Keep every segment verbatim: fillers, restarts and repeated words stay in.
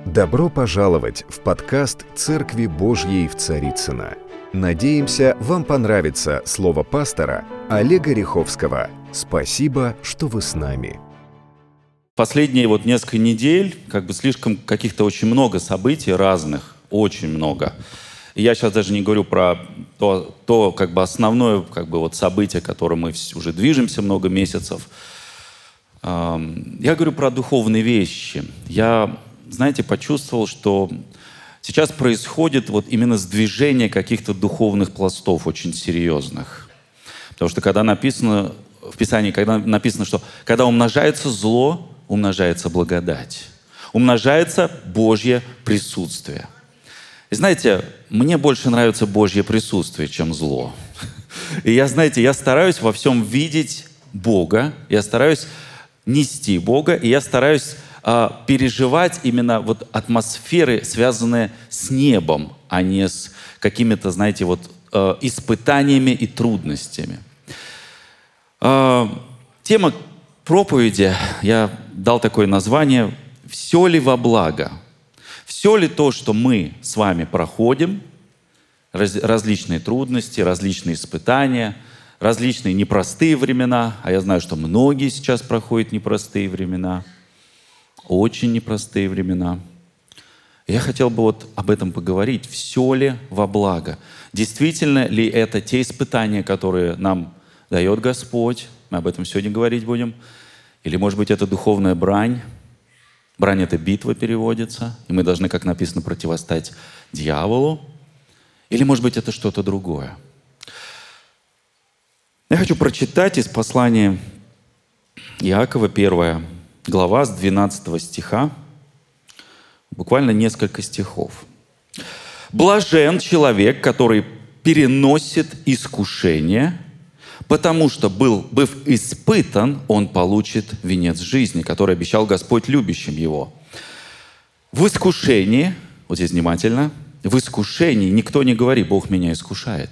Добро пожаловать в подкаст «Церкви Божьей в Царицыно». Надеемся, вам понравится слово пастора Олега Риховского. Спасибо, что вы с нами. Последние вот несколько недель, как бы слишком каких-то очень много событий разных, очень много. И я сейчас даже не говорю про то, то как бы основное как бы вот событие, которое мы уже движемся много месяцев. Я говорю про духовные вещи. Я, знаете, почувствовал, что сейчас происходит вот именно сдвижение каких-то духовных пластов очень серьезных. Потому что когда написано в Писании, когда написано, что когда умножается зло, умножается благодать. Умножается Божье присутствие. И знаете, мне больше нравится Божье присутствие, чем зло. И я, знаете, я стараюсь во всем видеть Бога, я стараюсь нести Бога, и я стараюсь э, переживать именно вот атмосферы, связанные с небом, а не с какими-то, знаете, вот э, испытаниями и трудностями. Э, тема проповеди, я дал такое название «Все ли во благо?». Все ли то, что мы с вами проходим, раз, различные трудности, различные испытания, различные непростые времена, а я знаю, что многие сейчас проходят непростые времена, очень непростые времена. Я хотел бы вот об этом поговорить. Все ли во благо? Действительно ли это те испытания, которые нам дает Господь? Мы об этом сегодня говорить будем. Или, может быть, это духовная брань? Брань — это битва переводится, и мы должны, как написано, противостать дьяволу. Или, может быть, это что-то другое. Я хочу прочитать из послания Иакова, первая глава, с двенадцатого стиха, буквально несколько стихов. «Блажен человек, который переносит искушение, потому что, был, быв испытан, он получит венец жизни, который обещал Господь любящим его». В искушении, вот здесь внимательно, в искушении никто не говорит: «Бог меня искушает».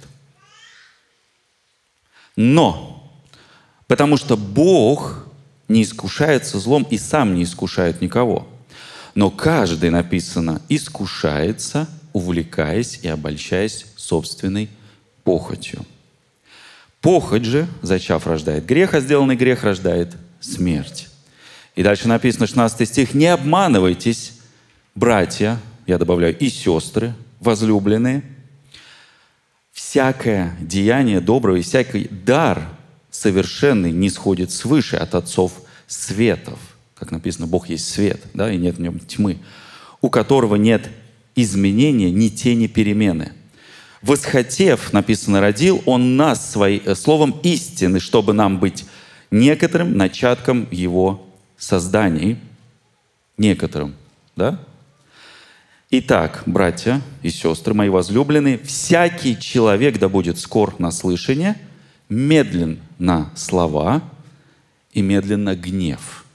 Но, потому что Бог не искушается злом и сам не искушает никого. Но каждый, написано, искушается, увлекаясь и обольщаясь собственной похотью. Похоть же, зачав, рождает грех, а сделанный грех рождает смерть. И дальше написано, шестнадцатый стих: «Не обманывайтесь, братья», я добавляю, и сестры, возлюбленные, «всякое деяние доброго и всякий дар совершенный не сходит свыше от отцов светов». Как написано, Бог есть свет, да, и нет в нем тьмы, у которого нет изменения, ни тени перемены. «Восхотев», написано, «родил Он нас свои, словом истины, чтобы нам быть некоторым начатком Его созданий». Некоторым, да? «Итак, братья и сестры мои возлюбленные, всякий человек да будет скор на слышание, медлен на слова и медлен на гнев.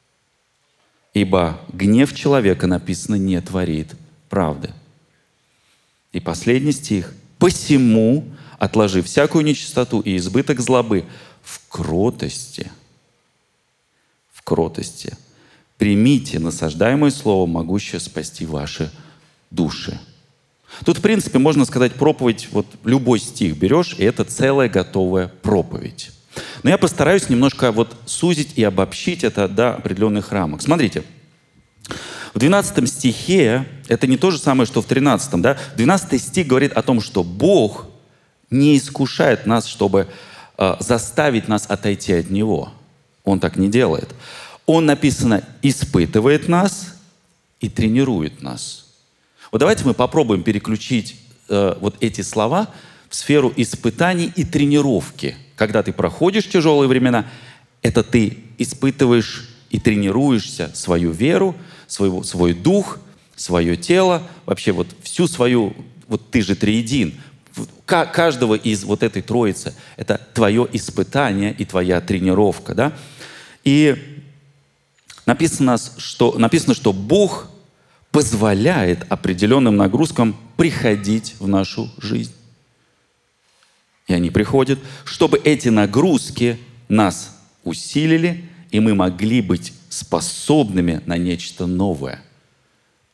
Ибо гнев человека, написано, не творит правды». И последний стих. «Посему, отложив всякую нечистоту и избыток злобы, в кротости, в кротости примите насаждаемое слово, могущее спасти ваши души». Тут, в принципе, можно сказать проповедь, вот любой стих берешь, и это целая готовая проповедь. Но я постараюсь немножко вот сузить и обобщить это до определенных рамок. Смотрите. В двенадцатом стихе, это не то же самое, что в тринадцатом, да? двенадцатый стих говорит о том, что Бог не искушает нас, чтобы э, заставить нас отойти от Него. Он так не делает. Он, написано, испытывает нас и тренирует нас. Вот давайте мы попробуем переключить э, вот эти слова в сферу испытаний и тренировки. Когда ты проходишь тяжелые времена, это ты испытываешь и тренируешься свою веру, свой, свой дух, свое тело, вообще вот всю свою, вот ты же триедин. Каждого из вот этой троицы — это твое испытание и твоя тренировка, да? И написано, что, написано, что Бог позволяет определенным нагрузкам приходить в нашу жизнь. И они приходят, чтобы эти нагрузки нас усилили, и мы могли быть способными на нечто новое.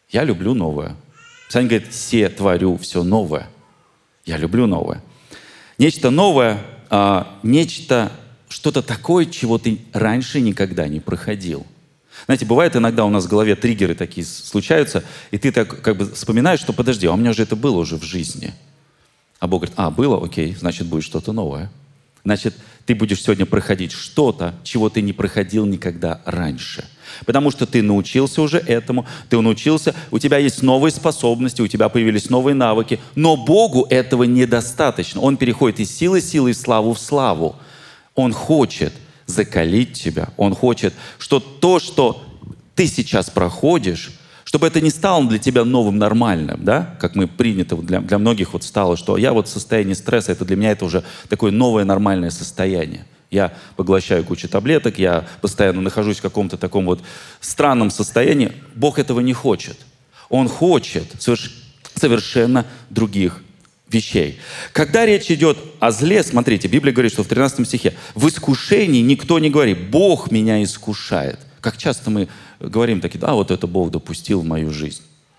Я люблю новое. Писание говорит, «Се творю все новое». Я люблю новое. Нечто новое, а, нечто, что-то такое, чего ты раньше никогда не проходил. Знаете, бывает иногда у нас в голове триггеры такие случаются, и ты так как бы вспоминаешь, что подожди, а у меня же это было уже в жизни. А Бог говорит, а, было, окей, значит, будет что-то новое. Значит, ты будешь сегодня проходить что-то, чего ты не проходил никогда раньше. Потому что ты научился уже этому, ты научился, у тебя есть новые способности, у тебя появились новые навыки, но Богу этого недостаточно. Он переходит из силы в силу, из славу в славу. Он хочет закалить тебя, Он хочет, что то, что ты сейчас проходишь, чтобы это не стало для тебя новым нормальным, да? Как мы принято, для, для многих вот стало, что я вот в состоянии стресса, это для меня это уже такое новое нормальное состояние. Я поглощаю кучу таблеток, я постоянно нахожусь в каком-то таком вот странном состоянии. Бог этого не хочет. Он хочет соверш... совершенно других вещей. Когда речь идет о зле, смотрите, Библия говорит, что в тринадцатом стихе, в искушении никто не говорит, Бог меня искушает. Как часто мы говорим такие, да, вот это Бог допустил в мою жизнь.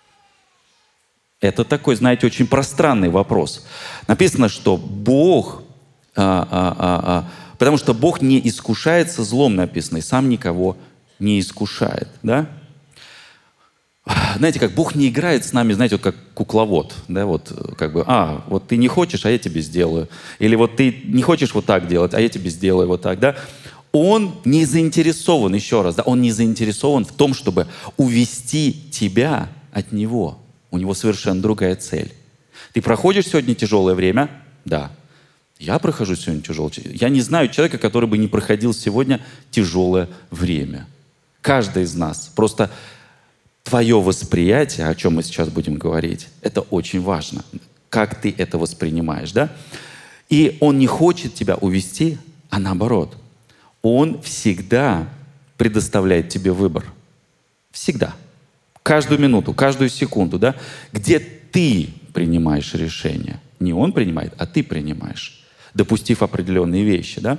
Это такой, знаете, очень пространный вопрос. Написано, что Бог, а, а, а, а, потому что Бог не искушается злом, написано, и сам никого не искушает, да? Знаете, как Бог не играет с нами, знаете, вот как кукловод, да, вот как бы, а, вот ты не хочешь, а я тебе сделаю. Или вот ты не хочешь вот так делать, а я тебе сделаю вот так, да. Он не заинтересован, еще раз, да, он не заинтересован в том, чтобы увести тебя от Него. У Него совершенно другая цель. Ты проходишь сегодня тяжелое время? Да. Я прохожу сегодня тяжелое. Я не знаю человека, который бы не проходил сегодня тяжелое время. Каждый из нас. Просто твое восприятие, о чем мы сейчас будем говорить, это очень важно. Как ты это воспринимаешь, да? И Он не хочет тебя увести, а наоборот. Он всегда предоставляет тебе выбор. Всегда. Каждую минуту, каждую секунду, да? Где ты принимаешь решение. Не Он принимает, а ты принимаешь, допустив определенные вещи, да?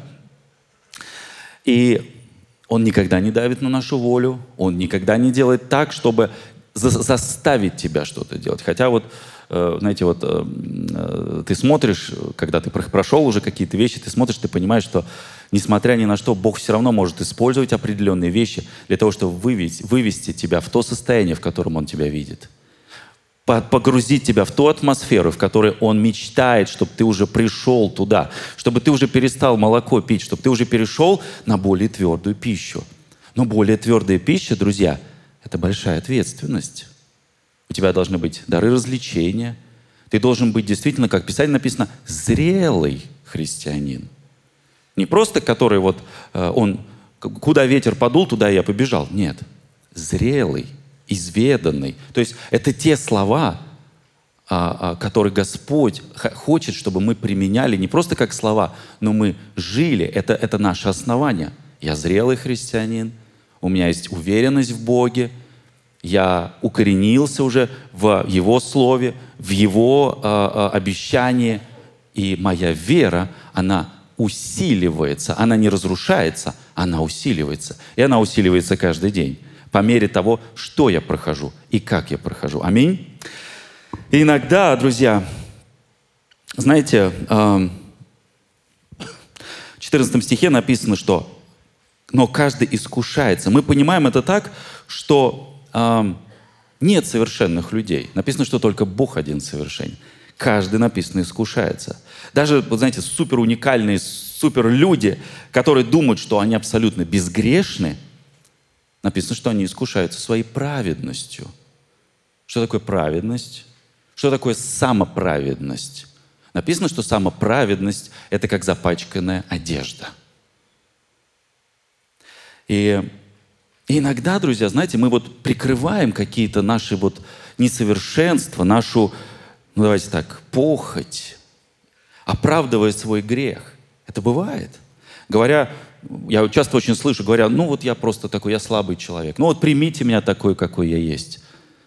И Он никогда не давит на нашу волю, Он никогда не делает так, чтобы за- заставить тебя что-то делать. Хотя вот, э, знаете, вот э, э, ты смотришь, когда ты про- прошел уже какие-то вещи, ты смотришь, ты понимаешь, что несмотря ни на что, Бог все равно может использовать определенные вещи для того, чтобы вывести, вывести тебя в то состояние, в котором Он тебя видит. Погрузить тебя в ту атмосферу, в которой Он мечтает, чтобы ты уже пришел туда, чтобы ты уже перестал молоко пить, чтобы ты уже перешел на более твердую пищу. Но более твердая пища, друзья, это большая ответственность. У тебя должны быть дары развлечения. Ты должен быть действительно, как в Писании написано, зрелый христианин. Не просто который вот э, он, куда ветер подул, туда я побежал. Нет, зрелый, изведанный. То есть это те слова, а, а, которые Господь х- хочет, чтобы мы применяли не просто как слова, но мы жили. Это, это наше основание. Я зрелый христианин, у меня есть уверенность в Боге, я укоренился уже в Его Слове, в Его а, а, обещании, и моя вера, она усиливается, она не разрушается, она усиливается. И она усиливается каждый день по мере того, что я прохожу и как я прохожу. Аминь. И иногда, друзья, знаете, в четырнадцатом стихе написано, что «но каждый искушается». Мы понимаем это так, что нет совершенных людей. Написано, что только Бог один совершенен. Каждый, написано, искушается. Даже, вот знаете, супер уникальные, супер люди, которые думают, что они абсолютно безгрешны, написано, что они искушаются своей праведностью. Что такое праведность? Что такое самоправедность? Написано, что самоправедность — это как запачканная одежда. И, и иногда, друзья, знаете, мы вот прикрываем какие-то наши вот несовершенства, нашу, ну давайте так, похоть, оправдывая свой грех. Это бывает. Говоря, я часто очень слышу, говоря, ну вот я просто такой, я слабый человек. Ну вот примите меня такой, какой я есть.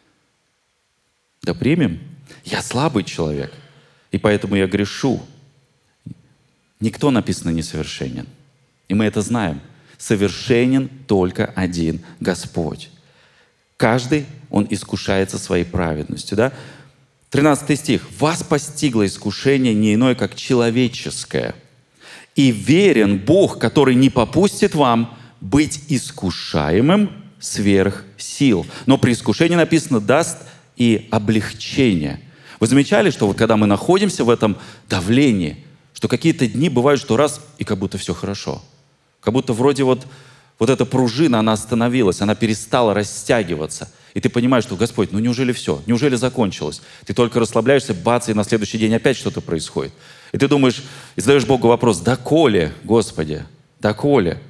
Да примем. Я слабый человек, и поэтому я грешу. Никто, написано, несовершенен. И мы это знаем. Совершенен только один Господь. Каждый, он искушается своей праведностью. Да? тринадцатый стих. «Вас постигло искушение не иное, как человеческое. И верен Бог, который не попустит вам быть искушаемым сверх сил». Но при искушении написано «даст и облегчение». Вы замечали, что вот когда мы находимся в этом давлении, что какие-то дни бывают, что раз, и как будто все хорошо. Как будто вроде вот, вот эта пружина, она остановилась, она перестала растягиваться. И ты понимаешь, что, Господь, ну неужели все? Неужели закончилось? Ты только расслабляешься, бац, и на следующий день опять что-то происходит. И ты думаешь, и задаешь Богу вопрос, доколе, Господи, доколе?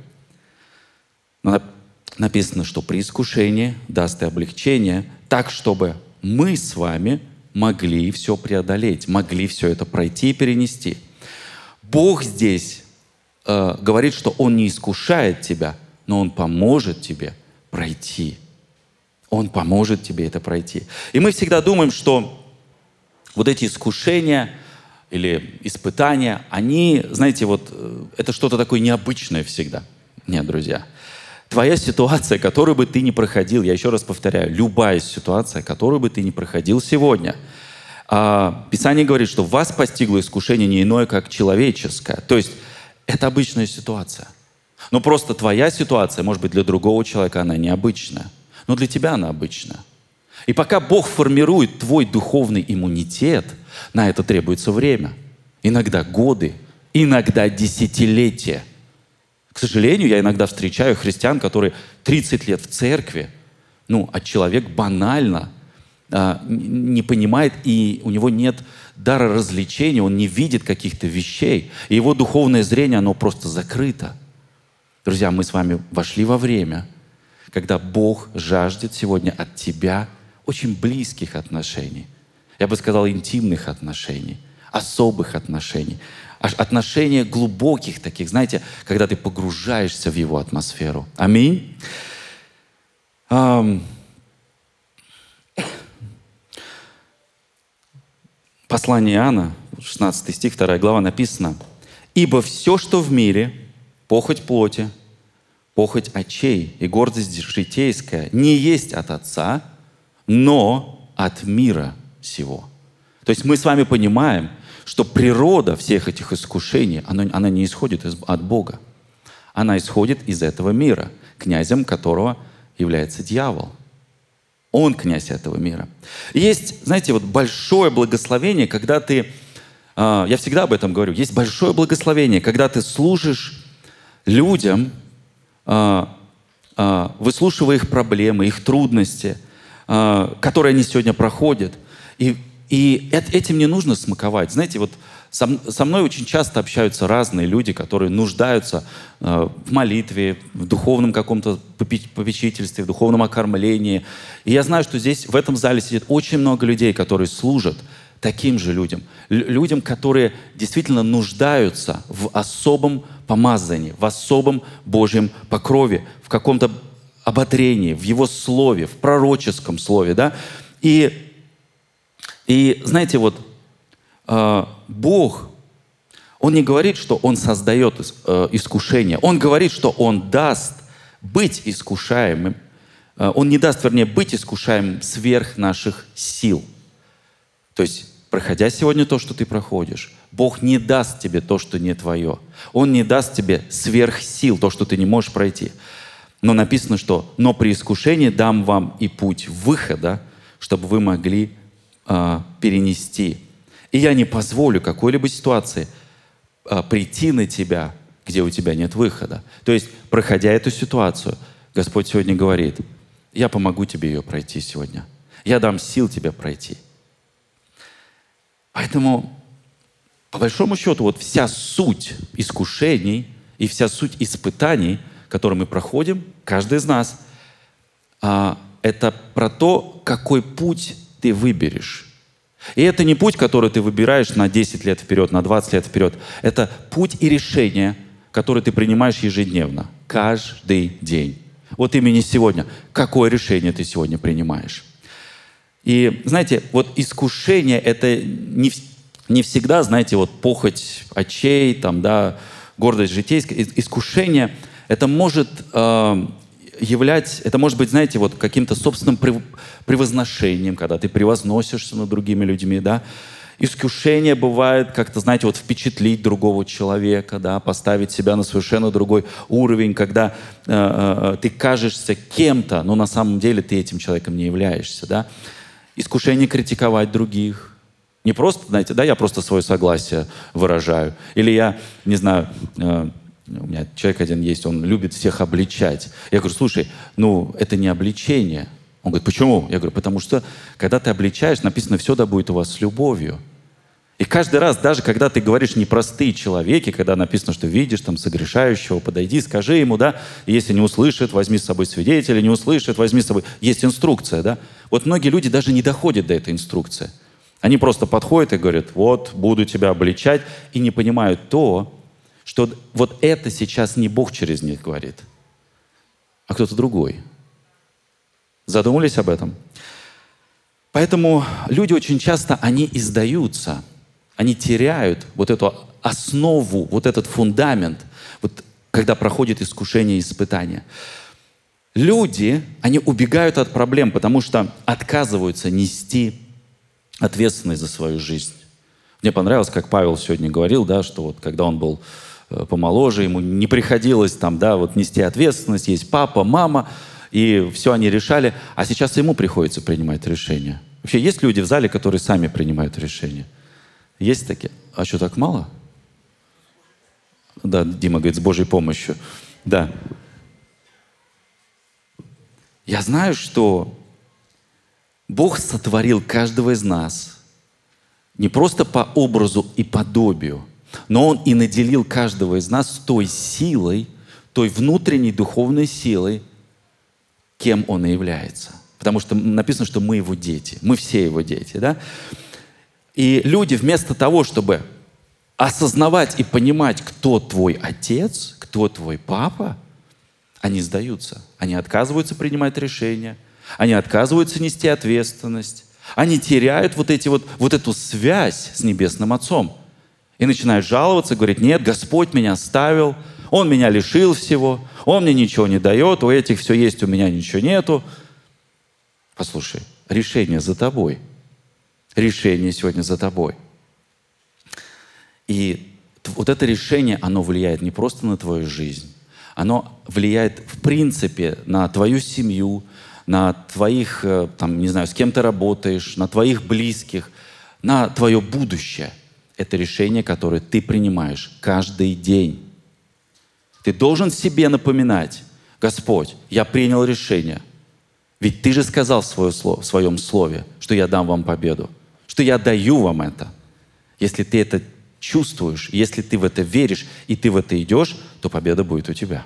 Но написано, что при искушении даст и облегчение, так, чтобы мы с вами могли все преодолеть, могли все это пройти и перенести. Бог здесь э, говорит, что Он не искушает тебя, но Он поможет тебе пройти. Он поможет тебе это пройти. И мы всегда думаем, что вот эти искушения или испытания, они, знаете, вот это что-то такое необычное всегда. Нет, друзья. Твоя ситуация, которую бы ты ни проходил, я еще раз повторяю, любая ситуация, которую бы ты ни проходил сегодня, Писание говорит, что вас постигло искушение не иное, как человеческое. То есть это обычная ситуация. Но просто твоя ситуация, может быть, для другого человека она необычная. Но для тебя она обычная. И пока Бог формирует твой духовный иммунитет, на это требуется время. Иногда годы, иногда десятилетия. К сожалению, я иногда встречаю христиан, которые тридцать лет в церкви, ну, а человек банально а, не понимает, и у него нет дара развлечения, он не видит каких-то вещей, и его духовное зрение, оно просто закрыто. Друзья, мы с вами вошли во время, когда Бог жаждет сегодня от тебя очень близких отношений. Я бы сказал, интимных отношений, особых отношений. Отношения глубоких таких, знаете, когда ты погружаешься в Его атмосферу. Аминь. Ам... Послание Иоанна, шестнадцатый стих, вторая глава, написано: «Ибо все, что в мире, похоть плоти, похоть очей и гордость житейская, не есть от Отца, но от мира сего». То есть мы с вами понимаем, что природа всех этих искушений, она, она не исходит из, от Бога. Она исходит из этого мира, князем которого является дьявол. Он князь этого мира. И есть, знаете, вот большое благословение, когда ты, э, я всегда об этом говорю, есть большое благословение, когда ты служишь людям, э, э, выслушивая их проблемы, их трудности, э, которые они сегодня проходят. И И этим не нужно смаковать. Знаете, вот со мной очень часто общаются разные люди, которые нуждаются в молитве, в духовном каком-то попечительстве, в духовном окормлении. И я знаю, что здесь, в этом зале сидит очень много людей, которые служат таким же людям. Людям, которые действительно нуждаются в особом помазании, в особом Божьем покрове, в каком-то ободрении, в Его Слове, в пророческом Слове. Да? И И знаете, вот э, Бог, Он не говорит, что Он создает э, искушение. Он говорит, что Он даст быть искушаемым. Э, он не даст, вернее, быть искушаемым сверх наших сил. То есть, проходя сегодня то, что ты проходишь, Бог не даст тебе то, что не твое. Он не даст тебе сверх сил, то, что ты не можешь пройти. Но написано, что «но при искушении дам вам и путь выхода, чтобы вы могли перенести. И я не позволю какой-либо ситуации а, прийти на тебя, где у тебя нет выхода». То есть, проходя эту ситуацию, Господь сегодня говорит: я помогу тебе ее пройти сегодня. Я дам сил тебе пройти. Поэтому, по большому счету, вот вся суть искушений и вся суть испытаний, которые мы проходим, каждый из нас, а, это про то, какой путь ты выберешь. И это не путь, который ты выбираешь на десять лет вперед, на двадцать лет вперед. Это путь и решение, которое ты принимаешь ежедневно, каждый день. Вот именно сегодня. Какое решение ты сегодня принимаешь? И, знаете, вот искушение — это не, не всегда, знаете, вот похоть очей, там, да, гордость житейская. Искушение — это может э, являть, это может быть, знаете, вот каким-то собственным превозношением, когда ты превозносишься над другими людьми, да. Искушение бывает как-то, знаете, вот впечатлить другого человека, да, поставить себя на совершенно другой уровень, когда э, э, ты кажешься кем-то, но на самом деле ты этим человеком не являешься, да. Искушение критиковать других. Не просто, знаете, да, я просто свое согласие выражаю. Или я, не знаю, э, у меня человек один есть, он любит всех обличать. Я говорю, слушай, ну, это не обличение. Он говорит, почему? Я говорю, потому что, когда ты обличаешь, написано, все да будет у вас с любовью. И каждый раз, даже когда ты говоришь непростые человеки, когда написано, что видишь там согрешающего, подойди, скажи ему, да, и если не услышит, возьми с собой свидетеля, не услышит, возьми с собой... Есть инструкция, да. Вот многие люди даже не доходят до этой инструкции. Они просто подходят и говорят, вот, буду тебя обличать, и не понимают то, что вот это сейчас не Бог через них говорит, а кто-то другой. Задумались об этом? Поэтому люди очень часто, они издаются, они теряют вот эту основу, вот этот фундамент, вот когда проходит искушение и испытание. Люди, они убегают от проблем, потому что отказываются нести ответственность за свою жизнь. Мне понравилось, как Павел сегодня говорил, да, что вот когда он был э, помоложе, ему не приходилось там, да, вот нести ответственность, есть папа, мама, и все они решали, а сейчас ему приходится принимать решения. Вообще есть люди в зале, которые сами принимают решения? Есть такие? А что, так мало? Да, Дима говорит, с Божьей помощью. Да. Я знаю, что Бог сотворил каждого из нас не просто по образу и подобию, но Он и наделил каждого из нас той силой, той внутренней духовной силой, кем Он и является. Потому что написано, что мы Его дети. Мы все Его дети, да? И люди вместо того, чтобы осознавать и понимать, кто твой отец, кто твой папа, они сдаются. Они отказываются принимать решения, они отказываются нести ответственность, они теряют вот, эти вот, вот эту связь с Небесным Отцом и начинают жаловаться, говорить, нет, Господь меня оставил, Он меня лишил всего, Он мне ничего не дает, у этих все есть, у меня ничего нету. Послушай, решение за тобой. Решение сегодня за тобой. И вот это решение, оно влияет не просто на твою жизнь, оно влияет в принципе на твою семью, на твоих, там, не знаю, с кем ты работаешь, на твоих близких, на твое будущее. Это решение, которое ты принимаешь каждый день. Ты должен себе напоминать, Господь, я принял решение. Ведь ты же сказал в, свое слово, в своем слове, что я дам вам победу, что я даю вам это. Если ты это чувствуешь, если ты в это веришь, и ты в это идешь, то победа будет у тебя.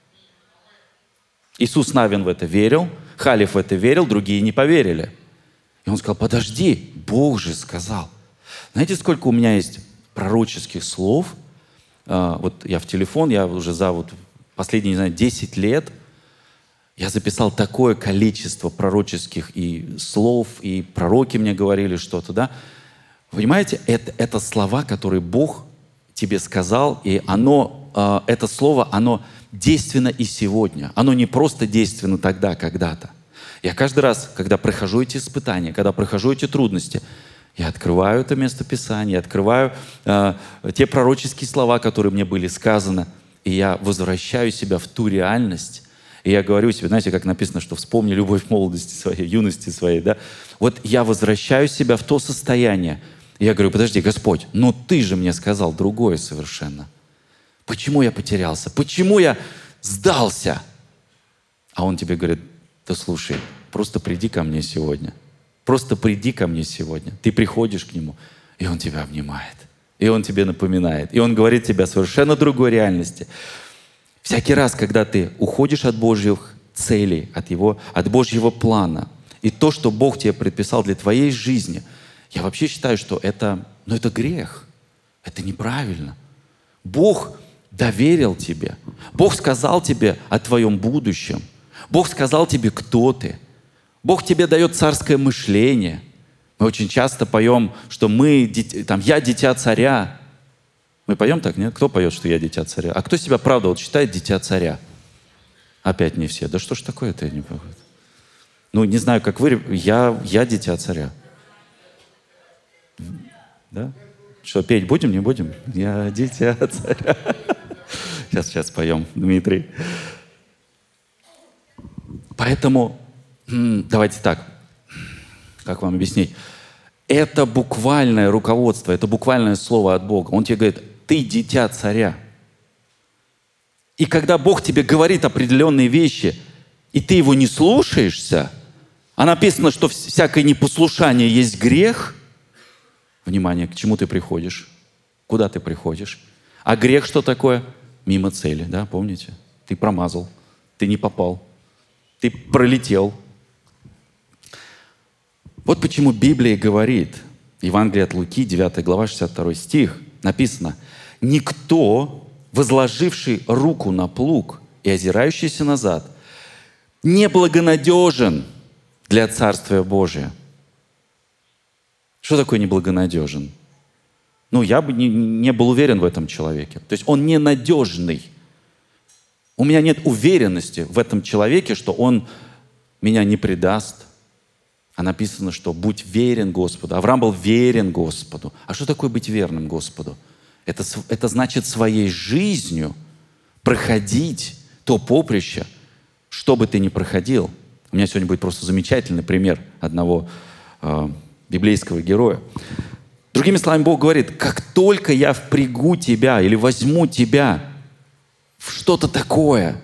Иисус Навин в это верил, Халев в это верил, другие не поверили. И он сказал, подожди, Бог же сказал. Знаете, сколько у меня есть пророческих слов? А, вот я в телефон, я уже за вот последние, не знаю, десять лет я записал такое количество пророческих и слов, и пророки мне говорили что-то, да? Понимаете, это, это слова, которые Бог тебе сказал, и оно, э, это слово, оно действенно и сегодня. Оно не просто действенно тогда, когда-то. Я каждый раз, когда прохожу эти испытания, когда прохожу эти трудности, я открываю это место Писания, открываю э, те пророческие слова, которые мне были сказаны, и я возвращаю себя в ту реальность, и я говорю себе, знаете, как написано, что вспомни любовь молодости своей, юности своей, да? Вот я возвращаю себя в то состояние. И я говорю, подожди, Господь, но ты же мне сказал другое совершенно. Почему я потерялся? Почему я сдался? А Он тебе говорит, да слушай, просто приди ко мне сегодня. Просто приди ко мне сегодня. Ты приходишь к Нему, и Он тебя обнимает. И Он тебе напоминает. И Он говорит тебе о совершенно другой реальности. Всякий раз, когда ты уходишь от Божьих целей, от, его, от Божьего плана, и то, что Бог тебе предписал для твоей жизни, я вообще считаю, что это, ну, это грех. Это неправильно. Бог доверил тебе. Бог сказал тебе о твоем будущем. Бог сказал тебе, кто ты. Бог тебе дает царское мышление. Мы очень часто поем, что мы, там, я дитя царя. Мы поем так, нет? Кто поет, что я дитя царя? А кто себя, правда, вот считает дитя царя? Опять не все. Да что ж такое-то, я не понимаю. Ну, не знаю, как вы, я, я дитя царя. Да? Что, петь будем, не будем? Я дитя царя. Сейчас, сейчас поем, Дмитрий. Поэтому, давайте так, как вам объяснить? Это буквальное руководство, это буквальное слово от Бога. Он тебе говорит, ты дитя царя. И когда Бог тебе говорит определенные вещи, и ты его не слушаешься, а написано, что всякое непослушание есть грех, внимание, к чему ты приходишь? Куда ты приходишь? А грех что такое? Мимо цели, да, помните? Ты промазал, ты не попал, ты пролетел. Вот почему Библия говорит, Евангелие от Луки, девятая глава, шестьдесят второй стих, написано, «Никто, возложивший руку на плуг и озирающийся назад, неблагонадежен для Царствия Божия». Что такое неблагонадежен? Ну, я бы не, не был уверен в этом человеке. То есть он ненадежный. У меня нет уверенности в этом человеке, что он меня не предаст. А написано, что «будь верен Господу». Авраам был верен Господу. А что такое быть верным Господу? Это, это значит своей жизнью проходить то поприще, что бы ты ни проходил. У меня сегодня будет просто замечательный пример одного э, библейского героя. Другими словами, Бог говорит, как только я впрягу тебя или возьму тебя в что-то такое,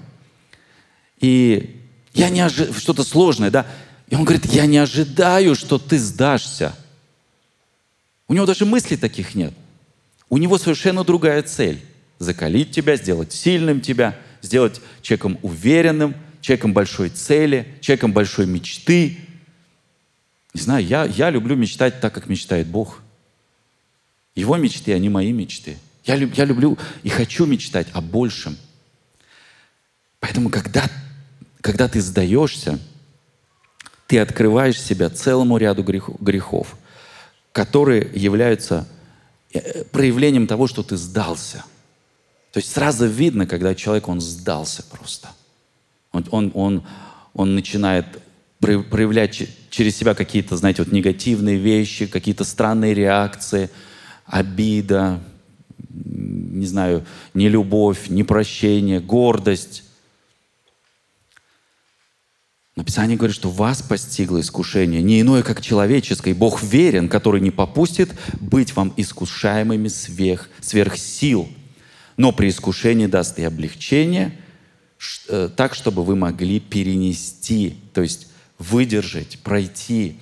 и я не ожи... что-то сложное, да, и он говорит, я не ожидаю, что ты сдашься. У него даже мыслей таких нет. У него совершенно другая цель. Закалить тебя, сделать сильным тебя, сделать человеком уверенным, человеком большой цели, человеком большой мечты. Не знаю, я, я люблю мечтать так, как мечтает Бог. Его мечты, они мои мечты. Я, люб, я люблю и хочу мечтать о большем. Поэтому, когда, когда ты сдаешься, ты открываешь себя целому ряду грехов, которые являются проявлением того, что ты сдался. То есть сразу видно, когда человек, он сдался просто. Он, он, он, он начинает проявлять через себя какие-то, знаете, вот негативные вещи, какие-то странные реакции, обида, не знаю, нелюбовь, непрощение, гордость. Но Писание говорит, что вас постигло искушение, не иное, как человеческое. Бог верен, который не попустит быть вам искушаемыми сверх, сверх сил, но при искушении даст и облегчение, так, чтобы вы могли перенести, то есть выдержать, пройти,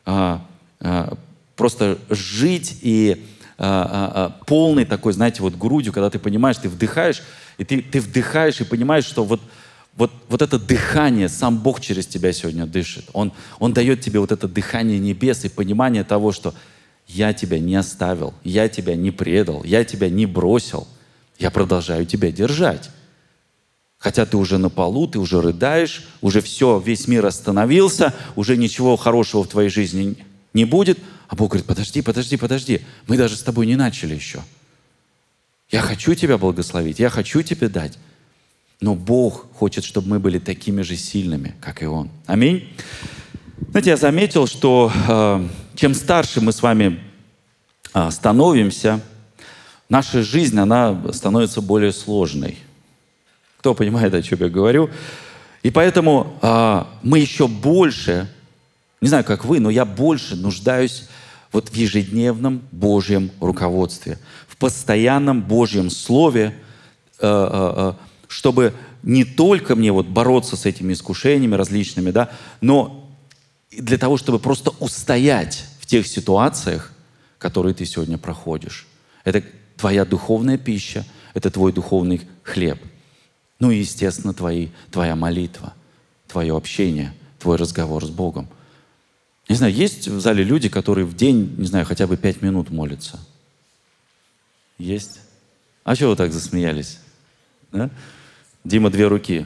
просто жить и полной такой, знаете, вот грудью, когда ты понимаешь, ты вдыхаешь, и ты, ты вдыхаешь и понимаешь, что вот Вот, вот это дыхание, сам Бог через тебя сегодня дышит. Он, он дает тебе вот это дыхание небес и понимание того, что я тебя не оставил, я тебя не предал, я тебя не бросил. Я продолжаю тебя держать. Хотя ты уже на полу, ты уже рыдаешь, уже все, весь мир остановился, уже ничего хорошего в твоей жизни не будет. А Бог говорит, подожди, подожди, подожди, мы даже с тобой не начали еще. Я хочу тебя благословить, я хочу тебе дать. Но Бог хочет, чтобы мы были такими же сильными, как и Он. Аминь. Знаете, я заметил, что э, чем старше мы с вами э, становимся, наша жизнь, она становится более сложной. Кто понимает, о чем я говорю? И поэтому э, мы еще больше, не знаю, как вы, но я больше нуждаюсь вот в ежедневном Божьем руководстве, в постоянном Божьем Слове, э, э, чтобы не только мне вот бороться с этими искушениями различными, да, но для того, чтобы просто устоять в тех ситуациях, которые ты сегодня проходишь. Это твоя духовная пища, это твой духовный хлеб. Ну и, естественно, твои, твоя молитва, твое общение, твой разговор с Богом. Не знаю, есть в зале люди, которые в день, не знаю, хотя бы пять минут молятся? Есть? А чего вы так засмеялись? Да? Дима, две руки.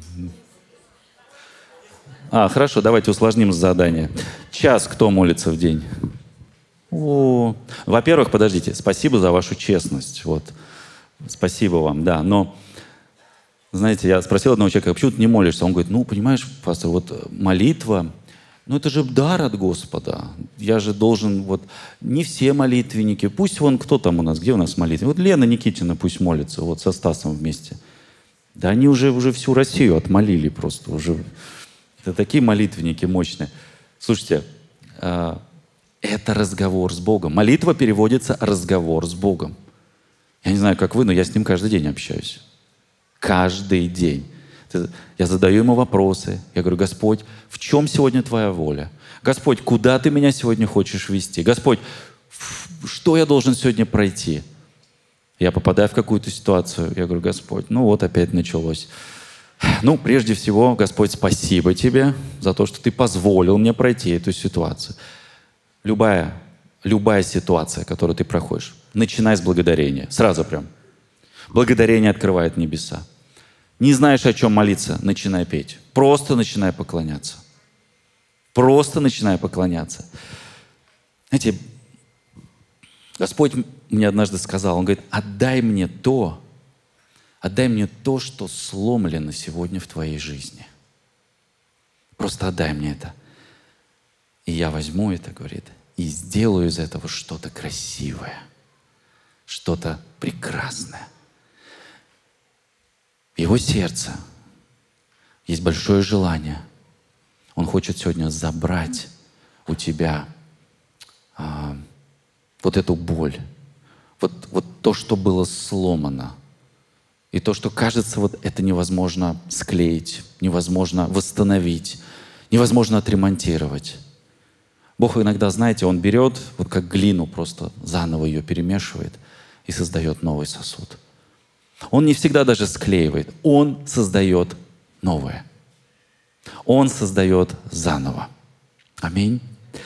А, хорошо, давайте усложним задание. Час кто молится в день? О, во-первых, подождите, спасибо за вашу честность. Вот. Спасибо вам, да. Но, Знаете, я спросил одного человека, почему ты не молишься? Он говорит, ну, понимаешь, пастор, вот молитва, ну, это же дар от Господа. Я же должен, вот, не все молитвенники, пусть вон, кто там у нас, где у нас молитва? Вот Лена Никитина пусть молится, вот со Стасом вместе. Да они уже, уже всю Россию отмолили просто, уже. Это такие молитвенники мощные. Слушайте, э, это разговор с Богом. Молитва переводится «разговор с Богом». Я не знаю, как вы, но я с Ним каждый день общаюсь. Каждый день. Я задаю Ему вопросы. Я говорю, Господь, в чем сегодня Твоя воля? Господь, куда Ты меня сегодня хочешь вести? Господь, что я должен сегодня пройти? Я попадаю в какую-то ситуацию. Я говорю, Господь, ну вот опять началось. Ну, прежде всего, Господь, спасибо Тебе за то, что Ты позволил мне пройти эту ситуацию. Любая, любая ситуация, которую ты проходишь, начинай с благодарения. Сразу прям. Благодарение открывает небеса. Не знаешь, о чем молиться, начинай петь. Просто начинай поклоняться. Просто начинай поклоняться. Знаете, Господь мне однажды сказал, Он говорит, отдай мне то, отдай мне то, что сломлено сегодня в твоей жизни. Просто отдай мне это. И я возьму это, говорит, и сделаю из этого что-то красивое, что-то прекрасное. В Его сердце есть большое желание. Он хочет сегодня забрать у тебя а, вот эту боль, вот, вот то, что было сломано. И то, что кажется, вот это невозможно склеить, невозможно восстановить, невозможно отремонтировать. Бог иногда, знаете, Он берет, вот как глину, просто заново ее перемешивает и создает новый сосуд. Он не всегда даже склеивает, Он создает новое. Он создает заново. Аминь.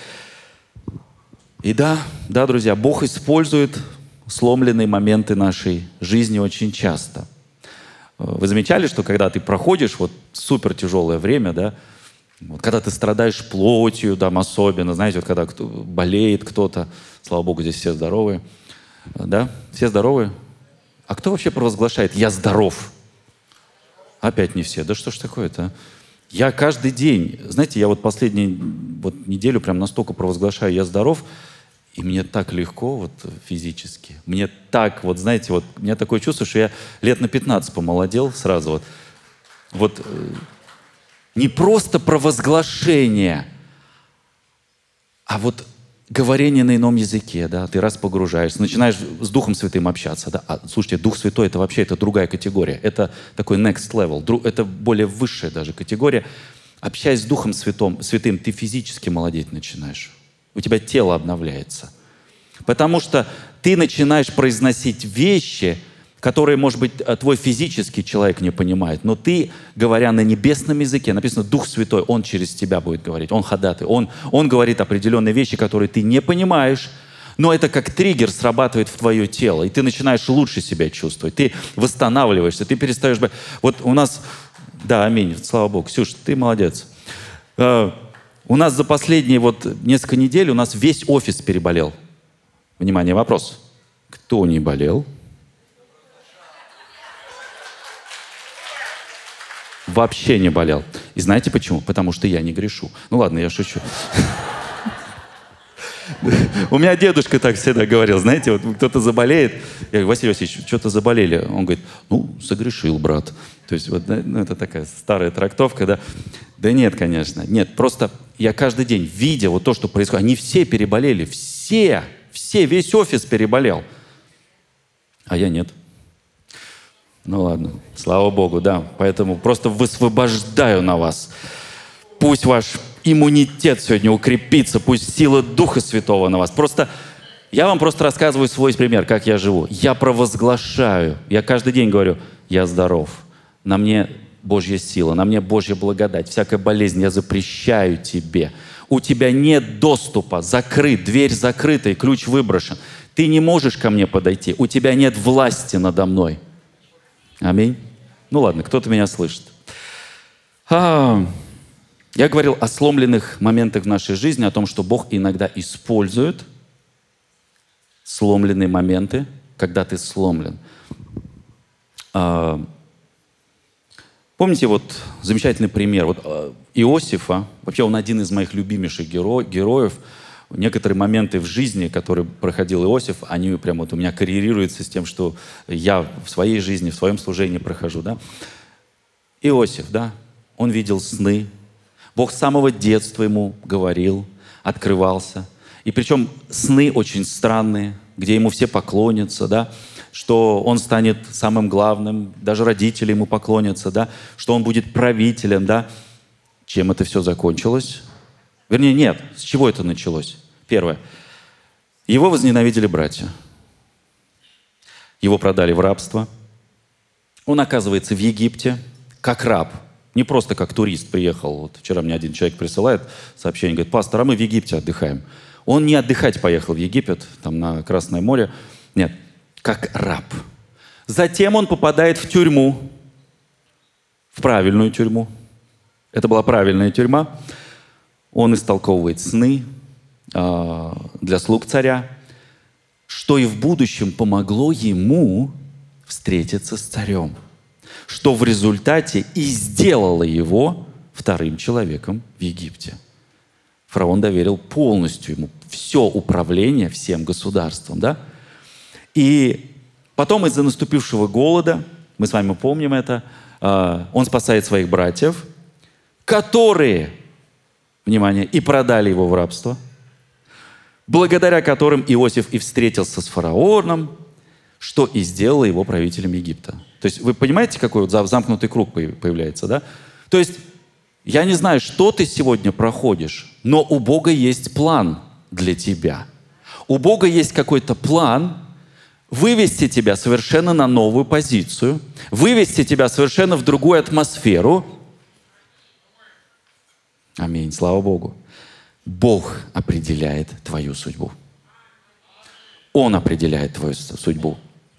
И да, да, друзья, Бог использует сломленные моменты нашей жизни очень часто. Вы замечали, что когда ты проходишь вот супер тяжелое время, да, вот, когда ты страдаешь плотью, там особенно, знаете, вот когда кто, болеет кто-то, слава Богу, здесь все здоровые, да, все здоровые. А кто вообще провозглашает «я здоров»? Опять не все. Да что ж такое-то, а? Я каждый день, знаете, я вот последнюю вот неделю прям настолько провозглашаю «я здоров», и мне так легко вот физически. Мне так, вот знаете, вот у меня такое чувство, что я лет на пятнадцать помолодел сразу. Вот, вот не просто провозглашение, а вот говорение на ином языке, да, ты раз погружаешься, начинаешь с Духом Святым общаться, да. А, слушайте, Дух Святой — это вообще это другая категория. Это такой next level, это более высшая даже категория. Общаясь с Духом Святым, Святым, ты физически молодеть начинаешь. У тебя тело обновляется. Потому что ты начинаешь произносить вещи, которые, может быть, твой физический человек не понимает. Но ты, говоря на небесном языке, написано, Дух Святой, Он через тебя будет говорить. Он ходатай. Он, он говорит определенные вещи, которые ты не понимаешь. Но это как триггер срабатывает в твое тело. И ты начинаешь лучше себя чувствовать. Ты восстанавливаешься. Ты перестаешь... Вот у нас... Да, аминь. Слава Богу. Ксюш, ты молодец. У нас за последние вот несколько недель у нас весь офис переболел. Внимание, вопрос. Кто не болел? Вообще не болел. И знаете почему? Потому что я не грешу. Ну ладно, я шучу. У меня дедушка так всегда говорил, знаете, вот кто-то заболеет, я говорю, Василий Васильевич, что-то заболели. Он говорит, ну, согрешил, брат. То есть вот, ну, это такая старая трактовка, да. Да нет, конечно, нет, просто я каждый день, видя вот то, что происходит, они все переболели, все, все, весь офис переболел. А я нет. Ну ладно, слава Богу, да. Поэтому просто высвобождаю на вас. Пусть ваш иммунитет сегодня укрепится, пусть сила Духа Святого на вас. Просто я вам просто рассказываю свой пример, как я живу. Я провозглашаю, я каждый день говорю, я здоров. На мне Божья сила, на мне Божья благодать. Всякая болезнь я запрещаю тебе. У тебя нет доступа, закрыт, дверь закрыта и ключ выброшен. Ты не можешь ко мне подойти, у тебя нет власти надо мной. Аминь. Ну ладно, кто-то меня слышит. А, я говорил о сломленных моментах в нашей жизни, о том, что Бог иногда использует сломленные моменты, когда ты сломлен. А, Помните, вот замечательный пример. Вот Иосифа, вообще он один из моих любимейших геро- героев. Некоторые моменты в жизни, которые проходил Иосиф, они прям вот у меня коррелируются с тем, что я в своей жизни, в своем служении прохожу. Да? Иосиф, да, он видел сны. Бог с самого детства ему говорил, открывался. И причем сны очень странные, где ему все поклонятся, да, что он станет самым главным, даже родители ему поклонятся, да, что он будет правителем. Да. Чем это все закончилось? Вернее, нет. С чего это началось? Первое. Его возненавидели братья. Его продали в рабство. Он оказывается в Египте как раб. Не просто как турист приехал. Вот вчера мне один человек присылает сообщение, говорит: пастор, а мы в Египте отдыхаем. Он не отдыхать поехал в Египет, там на Красное море. Нет, как раб. Затем он попадает в тюрьму. В правильную тюрьму. Это была правильная тюрьма. Он истолковывает сны э, для слуг царя, что и в будущем помогло ему встретиться с царем, что в результате и сделало его вторым человеком в Египте. Фараон доверил полностью ему все управление всем государством. Да? И потом из-за наступившего голода, мы с вами помним это, э, он спасает своих братьев, которые... Внимание, и продали его в рабство, благодаря которым Иосиф и встретился с фараоном, что и сделало его правителем Египта. То есть вы понимаете, какой вот замкнутый круг появляется, да? То есть я не знаю, что ты сегодня проходишь, но у Бога есть план для тебя. У Бога есть какой-то план вывести тебя совершенно на новую позицию, вывести тебя совершенно в другую атмосферу. Аминь. Слава Богу. Бог определяет твою судьбу. Он определяет твою судьбу.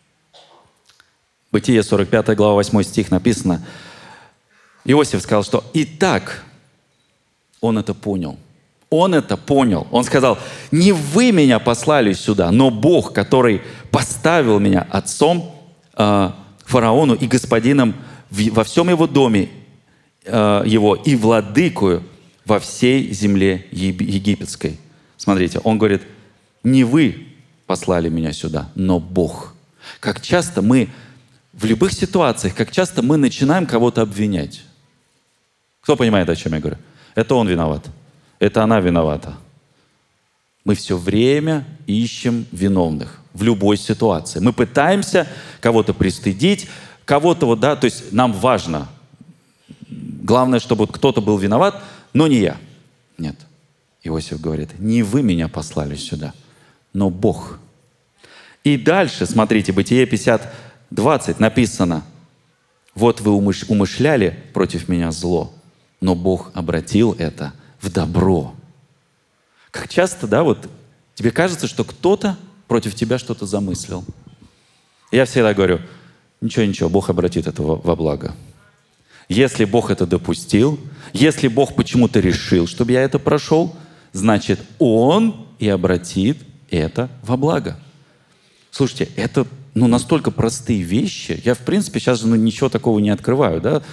Бытие сорок пятая глава, восьмой стих написано. Иосиф сказал, что «Итак, он это понял». Он это понял. Он сказал: «Не вы меня послали сюда, но Бог, который поставил меня отцом э, фараону и господином в, во всем его доме э, его и владыкою во всей земле египетской». Смотрите, он говорит: не вы послали меня сюда, но Бог. Как часто мы в любых ситуациях, как часто мы начинаем кого-то обвинять. Кто понимает, о чем я говорю? Это он виноват. Это она виновата. Мы все время ищем виновных в любой ситуации. Мы пытаемся кого-то пристыдить, кого-то вот, да, то есть нам важно. Главное, чтобы вот кто-то был виноват, но не я. Нет. Иосиф говорит: не вы меня послали сюда, но Бог. И дальше, смотрите, Бытие пятьдесят двадцать написано: вот вы умыш- умышляли против меня зло, но Бог обратил это в добро. Как часто, да, вот тебе кажется, что кто-то против тебя что-то замыслил. Я всегда говорю: ничего-ничего, Бог обратит это во, во благо. Если Бог это допустил, если Бог почему-то решил, чтобы я это прошел, значит, Он и обратит это во благо. Слушайте, это ну, настолько простые вещи. Я, в принципе, сейчас ну, ничего такого не открываю, да?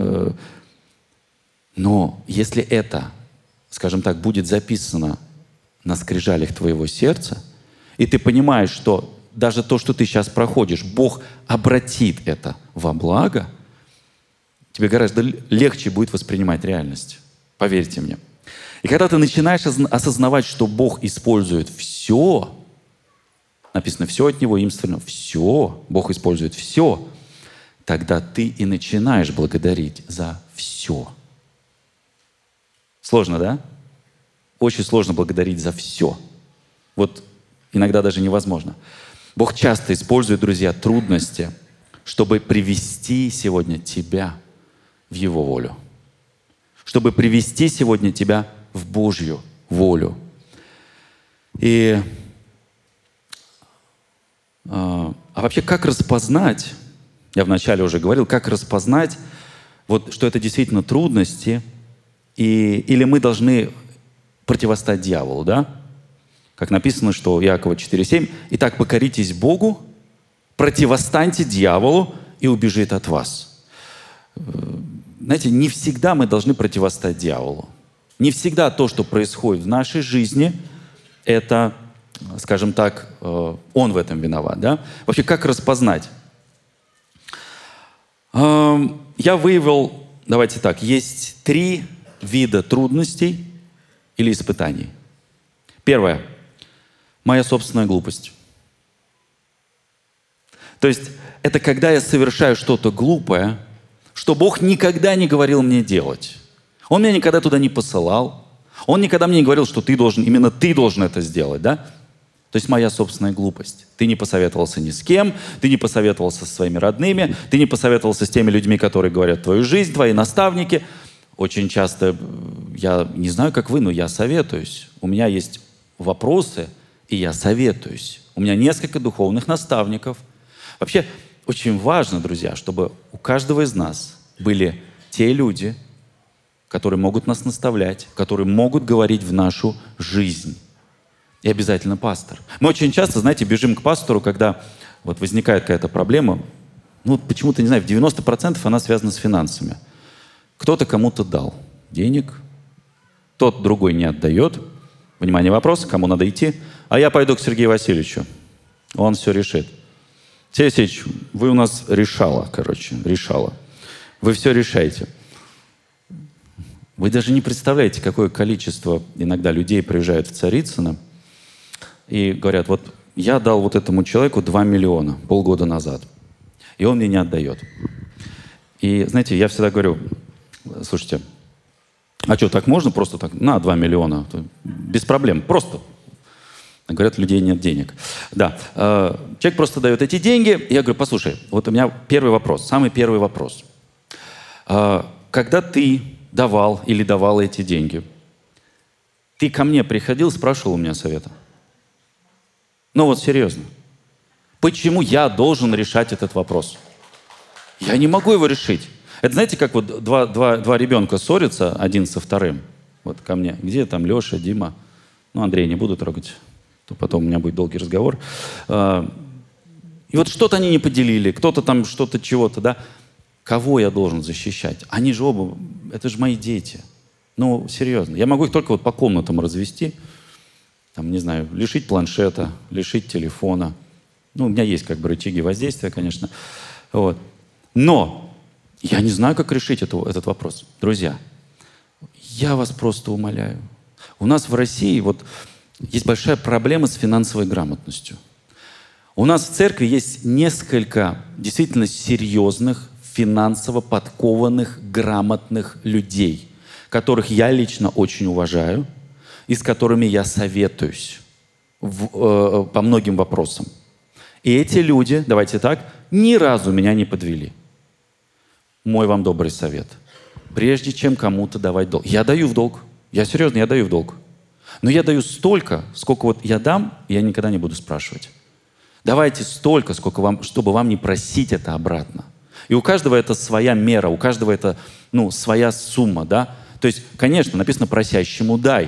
Но если это, скажем так, будет записано на скрижалях твоего сердца, и ты понимаешь, что даже то, что ты сейчас проходишь, Бог обратит это во благо, тебе гораздо легче будет воспринимать реальность. Поверьте мне. И когда ты начинаешь осознавать, что Бог использует все, написано «все от Него, им сторону», все, Бог использует все, тогда ты и начинаешь благодарить за все. Сложно, да? Очень сложно благодарить за все. Вот иногда даже невозможно. Бог часто использует, друзья, трудности, чтобы привести сегодня тебя в Его волю. Чтобы привести сегодня тебя в Божью волю. И а, а вообще, как распознать, я вначале уже говорил, как распознать, вот, что это действительно трудности, и, или мы должны противостать дьяволу, да? Как написано, что Иакова четыре семь, «Итак, покоритесь Богу, противостаньте дьяволу, и убежит от вас». знаете, не всегда мы должны противостать дьяволу. Не всегда то, что происходит в нашей жизни, это, скажем так, он в этом виноват. Да? Вообще, как распознать? Я выявил, давайте так, есть три вида трудностей или испытаний. Первое – моя собственная глупость. То есть это когда я совершаю что-то глупое, что Бог никогда не говорил мне делать. Он меня никогда туда не посылал. Он никогда мне не говорил, что ты должен, именно ты должен это сделать, да? То есть моя собственная глупость. Ты не посоветовался ни с кем, ты не посоветовался со своими родными, ты не посоветовался с теми людьми, которые говорят твою жизнь, твои наставники. Очень часто, я не знаю, как вы, но я советуюсь. У меня есть вопросы, и я советуюсь. У меня несколько духовных наставников. Вообще, очень важно, друзья, чтобы у каждого из нас были те люди, которые могут нас наставлять, которые могут говорить в нашу жизнь. И обязательно пастор. Мы очень часто, знаете, бежим к пастору, когда вот возникает какая-то проблема. Ну, почему-то, не знаю, в девяносто процентов она связана с финансами. Кто-то кому-то дал денег, тот другой не отдает. Внимание, вопрос, кому надо идти. А я пойду к Сергею Васильевичу. Он все решит. Сергей Васильевич, вы у нас решала, короче, решала. Вы все решаете. Вы даже не представляете, какое количество иногда людей приезжают в Царицыно и говорят, вот я дал вот этому человеку два миллиона полгода назад, и он мне не отдает. И, знаете, я всегда говорю, слушайте, а что, так можно просто так? На, два миллиона. Без проблем, просто. Говорят, у людей нет денег. Да, э, человек просто дает эти деньги, и я говорю, послушай, вот у меня первый вопрос, самый первый вопрос. Э, когда ты давал или давала эти деньги, ты ко мне приходил, спрашивал у меня совета? Ну вот серьезно. Почему я должен решать этот вопрос? Я не могу его решить. Это знаете, как вот два, два, два ребенка ссорятся один со вторым? Вот ко мне. Где там Леша, Дима? Ну, Андрей не буду трогать. То потом у меня будет долгий разговор. И вот что-то они не поделили, кто-то там что-то чего-то, да? Кого я должен защищать? Они же оба, это же мои дети. Ну, серьезно. Я могу их только вот по комнатам развести, там, не знаю, лишить планшета, лишить телефона. Ну, у меня есть как бы рычаги воздействия, конечно. Вот. Но я не знаю, как решить это, этот вопрос. Друзья, я вас просто умоляю. У нас в России вот есть большая проблема с финансовой грамотностью. У нас в церкви есть несколько действительно серьезных, финансово подкованных, грамотных людей, которых я лично очень уважаю и с которыми я советуюсь в, э, по многим вопросам. И эти люди, давайте так, ни разу меня не подвели. Мой вам добрый совет. Прежде чем кому-то давать долг. Я даю в долг. Я серьезно, я даю в долг. Но я даю столько, сколько вот я дам, я никогда не буду спрашивать. Давайте столько, сколько вам, чтобы вам не просить это обратно. И у каждого это своя мера, у каждого это, ну, своя сумма, да. То есть, конечно, написано «просящему дай».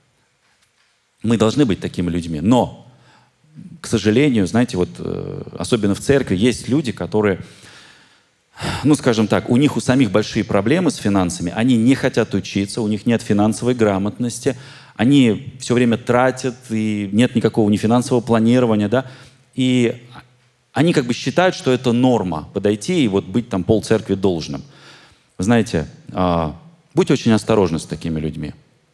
Мы должны быть такими людьми. Но, к сожалению, знаете, вот особенно в церкви есть люди, которые, ну, скажем так, у них у самих большие проблемы с финансами, они не хотят учиться, у них нет финансовой грамотности, они все время тратят, и нет никакого ни финансового планирования, да, и они как бы считают, что это норма, подойти и вот быть там полцеркви должным. Вы знаете, э, будьте очень осторожны с такими людьми.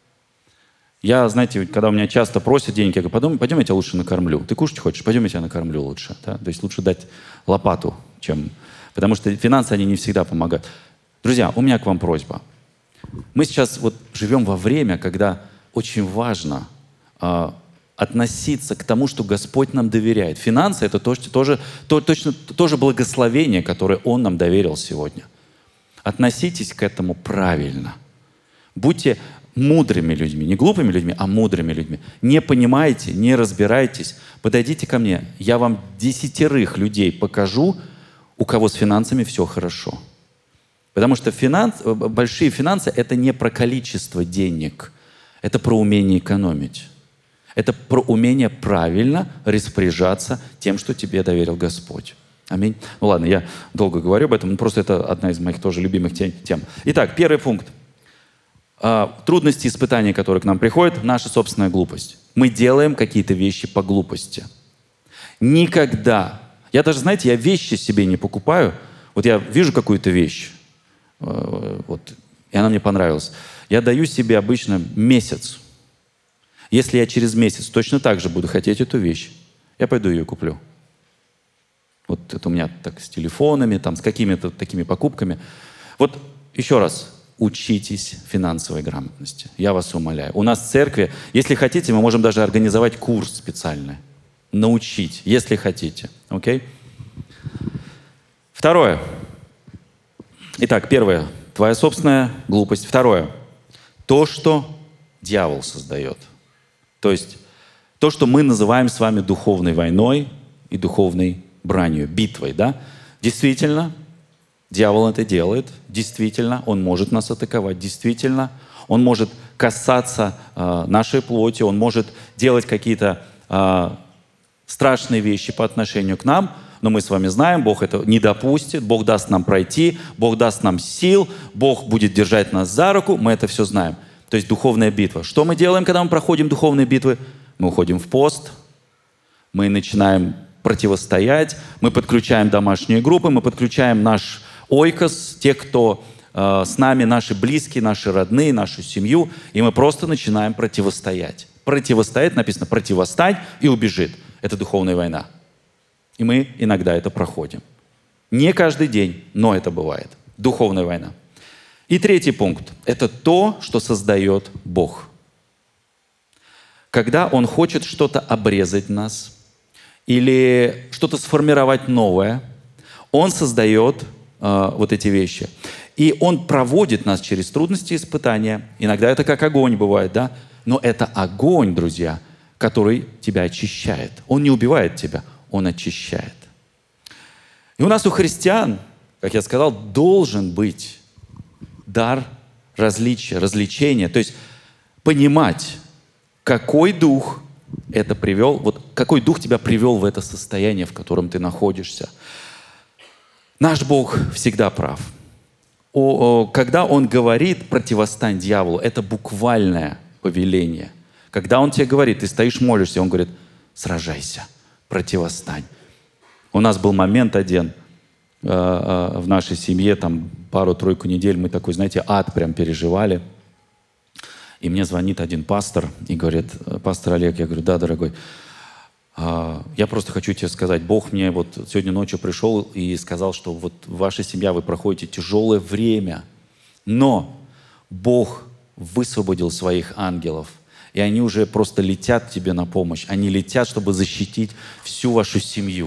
Я, знаете, когда у меня часто просят деньги, я говорю, пойдем, пойдем я тебя лучше накормлю. Ты кушать хочешь? Пойдем я тебя накормлю лучше. Да? То есть лучше дать лопату, чем... Потому что финансы, они не всегда помогают. Друзья, у меня к вам просьба. Мы сейчас вот живем во время, когда очень важно э, относиться к тому, что Господь нам доверяет. Финансы — это то, что, тоже, то, точно тоже благословение, которое Он нам доверил сегодня. Относитесь к этому правильно. Будьте мудрыми людьми, не глупыми людьми, а мудрыми людьми. Не понимаете, не разбираетесь, подойдите ко мне. Я вам десятерых людей покажу, у кого с финансами все хорошо. Потому что финанс, большие финансы — это не про количество денег, это про умение экономить. Это про умение правильно распоряжаться тем, что тебе доверил Господь. Аминь. Ну ладно, я долго говорю об этом, но просто это одна из моих тоже любимых тем. Итак, первый пункт. Трудности, испытания, которые к нам приходят, наша собственная глупость. Мы делаем какие-то вещи по глупости. Никогда. Я даже, знаете, я вещи себе не покупаю. Вот я вижу какую-то вещь, вот, и она мне понравилась. Я даю себе обычно месяц. Если я через месяц точно так же буду хотеть эту вещь, я пойду ее куплю. Вот это у меня так с телефонами, там, с какими-то такими покупками. Вот еще раз. Учитесь финансовой грамотности. Я вас умоляю. У нас в церкви, если хотите, мы можем даже организовать курс специальный. Научить, если хотите. Окей? Второе. Итак, первое. Твоя собственная глупость. Второе. То, что дьявол создает. То есть то, что мы называем с вами духовной войной и духовной бранью, битвой. Да? Действительно, дьявол это делает, действительно, он может нас атаковать, действительно, он может касаться э, нашей плоти, он может делать какие-то э, страшные вещи по отношению к нам, но мы с вами знаем, Бог это не допустит, Бог даст нам пройти, Бог даст нам сил, Бог будет держать нас за руку, мы это все знаем. То есть духовная битва. Что мы делаем, когда мы проходим духовные битвы? Мы уходим в пост, мы начинаем противостоять, мы подключаем домашние группы, мы подключаем наш ойкос, те, кто э, с нами, наши близкие, наши родные, нашу семью, и мы просто начинаем противостоять. Противостоять, написано, противостань и убежит. Это духовная война. И мы иногда это проходим. Не каждый день, но это бывает. Духовная война. И третий пункт. Это то, что создает Бог. Когда Он хочет что-то обрезать в нас или что-то сформировать новое, Он создает вот эти вещи. И Он проводит нас через трудности и испытания. Иногда это как огонь бывает, да? Но это огонь, друзья, который тебя очищает. Он не убивает тебя, Он очищает. И у нас, у христиан, как я сказал, должен быть дар различия, развлечения. То есть понимать, какой дух это привел, вот какой дух тебя привел в это состояние, в котором ты находишься. Наш Бог всегда прав. О, о, когда Он говорит «противостань дьяволу», это буквальное повеление. Когда Он тебе говорит, ты стоишь, молишься, Он говорит «сражайся, противостань». У нас был момент один э, э, в нашей семье, там пару-тройку недель, мы такой, знаете, ад прям переживали. И мне звонит один пастор и говорит: «Пастор Олег», я говорю: «Да, дорогой, я просто хочу тебе сказать, Бог мне вот сегодня ночью пришел и сказал, что вот ваша семья, вы проходите тяжелое время, но Бог высвободил своих ангелов, и они уже просто летят тебе на помощь. Они летят, чтобы защитить всю вашу семью».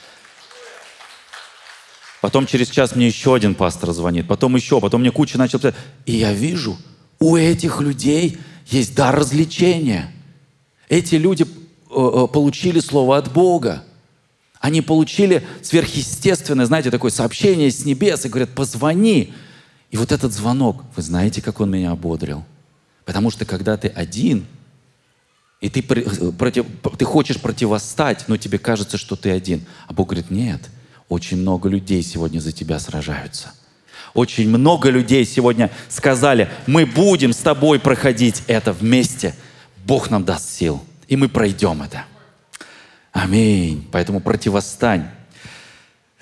Потом через час мне еще один пастор звонит, потом еще, потом мне куча начал писать. И я вижу, у этих людей есть дар развлечения. Эти люди получили слово от Бога. Они получили сверхъестественное, знаете, такое сообщение с небес и говорят: «Позвони». И вот этот звонок, вы знаете, как он меня ободрил? Потому что когда ты один, и ты, против, ты хочешь противостать, но тебе кажется, что ты один. А Бог говорит: нет, очень много людей сегодня за тебя сражаются. Очень много людей сегодня сказали: мы будем с тобой проходить это вместе. Бог нам даст сил. И мы пройдем это. Аминь. Поэтому противостань. И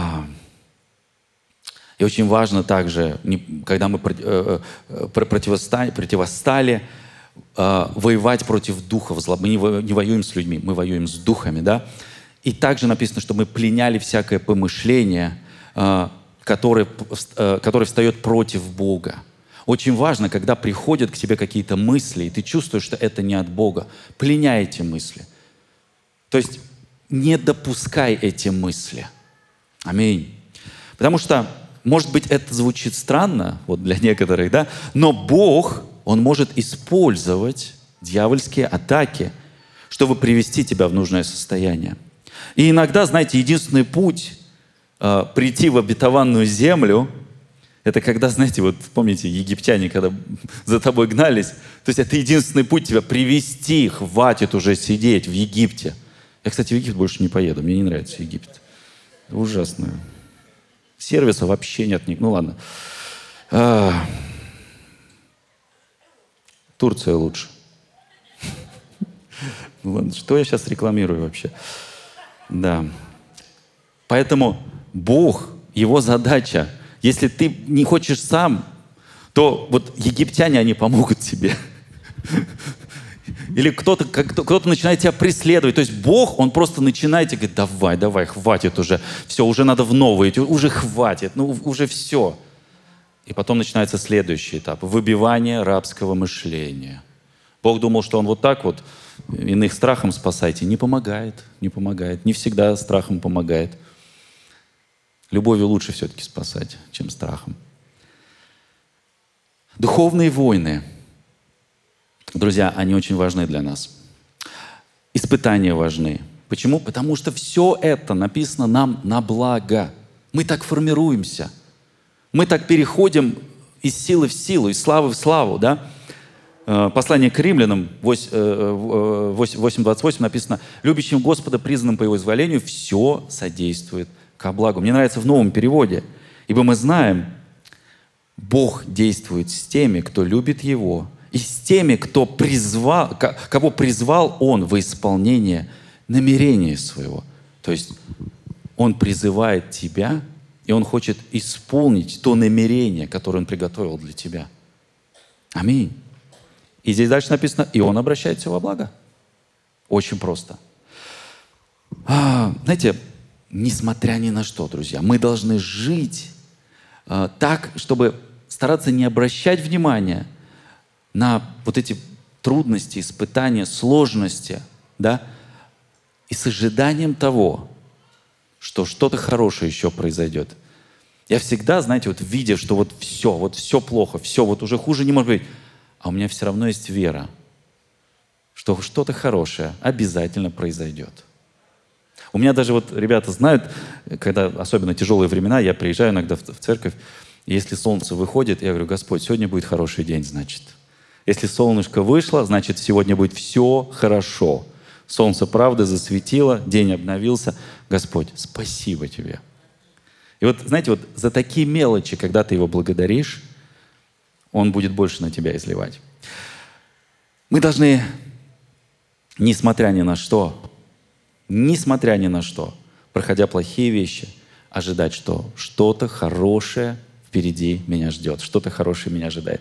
очень важно также, когда мы противостали, противостали воевать против духов зла. Мы не воюем с людьми, мы воюем с духами. Да? И также написано, что мы пленяли всякое помышление, которое, которое встает против Бога. Очень важно, когда приходят к тебе какие-то мысли, и ты чувствуешь, что это не от Бога, пленяй эти мысли. То есть не допускай эти мысли. Аминь. Потому что, может быть, это звучит странно вот для некоторых, да? Но Бог, Он может использовать дьявольские атаки, чтобы привести тебя в нужное состояние. И иногда, знаете, единственный путь э, прийти в обетованную землю — это когда, знаете, вот помните, египтяне, когда за тобой гнались, то есть это единственный путь тебя привести, хватит уже сидеть в Египте. Я, кстати, в Египет больше не поеду, мне не нравится Египет. Ужасно. Сервиса вообще нет. Ну ладно. А, Турция лучше. Ну ладно, что я сейчас рекламирую вообще? Да. Поэтому Бог, Его задача, если ты не хочешь сам, то вот египтяне, они помогут тебе. Или кто-то, кто-то начинает тебя преследовать. То есть Бог, Он просто начинает и говорит: давай, давай, хватит уже. Все, уже надо в новое, уже хватит, ну уже все. И потом начинается следующий этап. Выбивание рабского мышления. Бог думал, что Он вот так вот, иных страхом спасайте. Не помогает, не помогает. Не всегда страхом помогает. Любовью лучше все-таки спасать, чем страхом. Духовные войны. Друзья, они очень важны для нас. Испытания важны. Почему? Потому что все это написано нам на благо. Мы так формируемся. Мы так переходим из силы в силу, из славы в славу. Да? Послание к римлянам восемь двадцать восемь написано: «Любящим Господа, признанным по Его изволению, все содействует ко благу». Мне нравится в новом переводе. «Ибо мы знаем, Бог действует с теми, кто любит Его, и с теми, кто призвал, кого призвал Он во исполнение намерения своего». То есть Он призывает тебя, и Он хочет исполнить то намерение, которое Он приготовил для тебя. Аминь. И здесь дальше написано: и Он обращает все во благо. Очень просто. А, знаете, несмотря ни на что, друзья, мы должны жить а, так, чтобы стараться не обращать внимания на вот эти трудности, испытания, сложности, да, и с ожиданием того, что что-то хорошее еще произойдет. Я всегда, знаете, вот видя, что вот все, вот все плохо, все, вот уже хуже не может быть, а у меня все равно есть вера, что что-то хорошее обязательно произойдет. У меня даже вот ребята знают, когда особенно тяжелые времена, я приезжаю иногда в, в церковь, и если солнце выходит, я говорю: Господь, сегодня будет хороший день, значит. Если солнышко вышло, значит, сегодня будет все хорошо. Солнце правды засветило, день обновился. Господь, спасибо Тебе. И вот, знаете, вот за такие мелочи, когда ты Его благодаришь, Он будет больше на тебя изливать. Мы должны, несмотря ни на что, несмотря ни на что, проходя плохие вещи, ожидать, что что-то хорошее впереди меня ждет, что-то хорошее меня ожидает.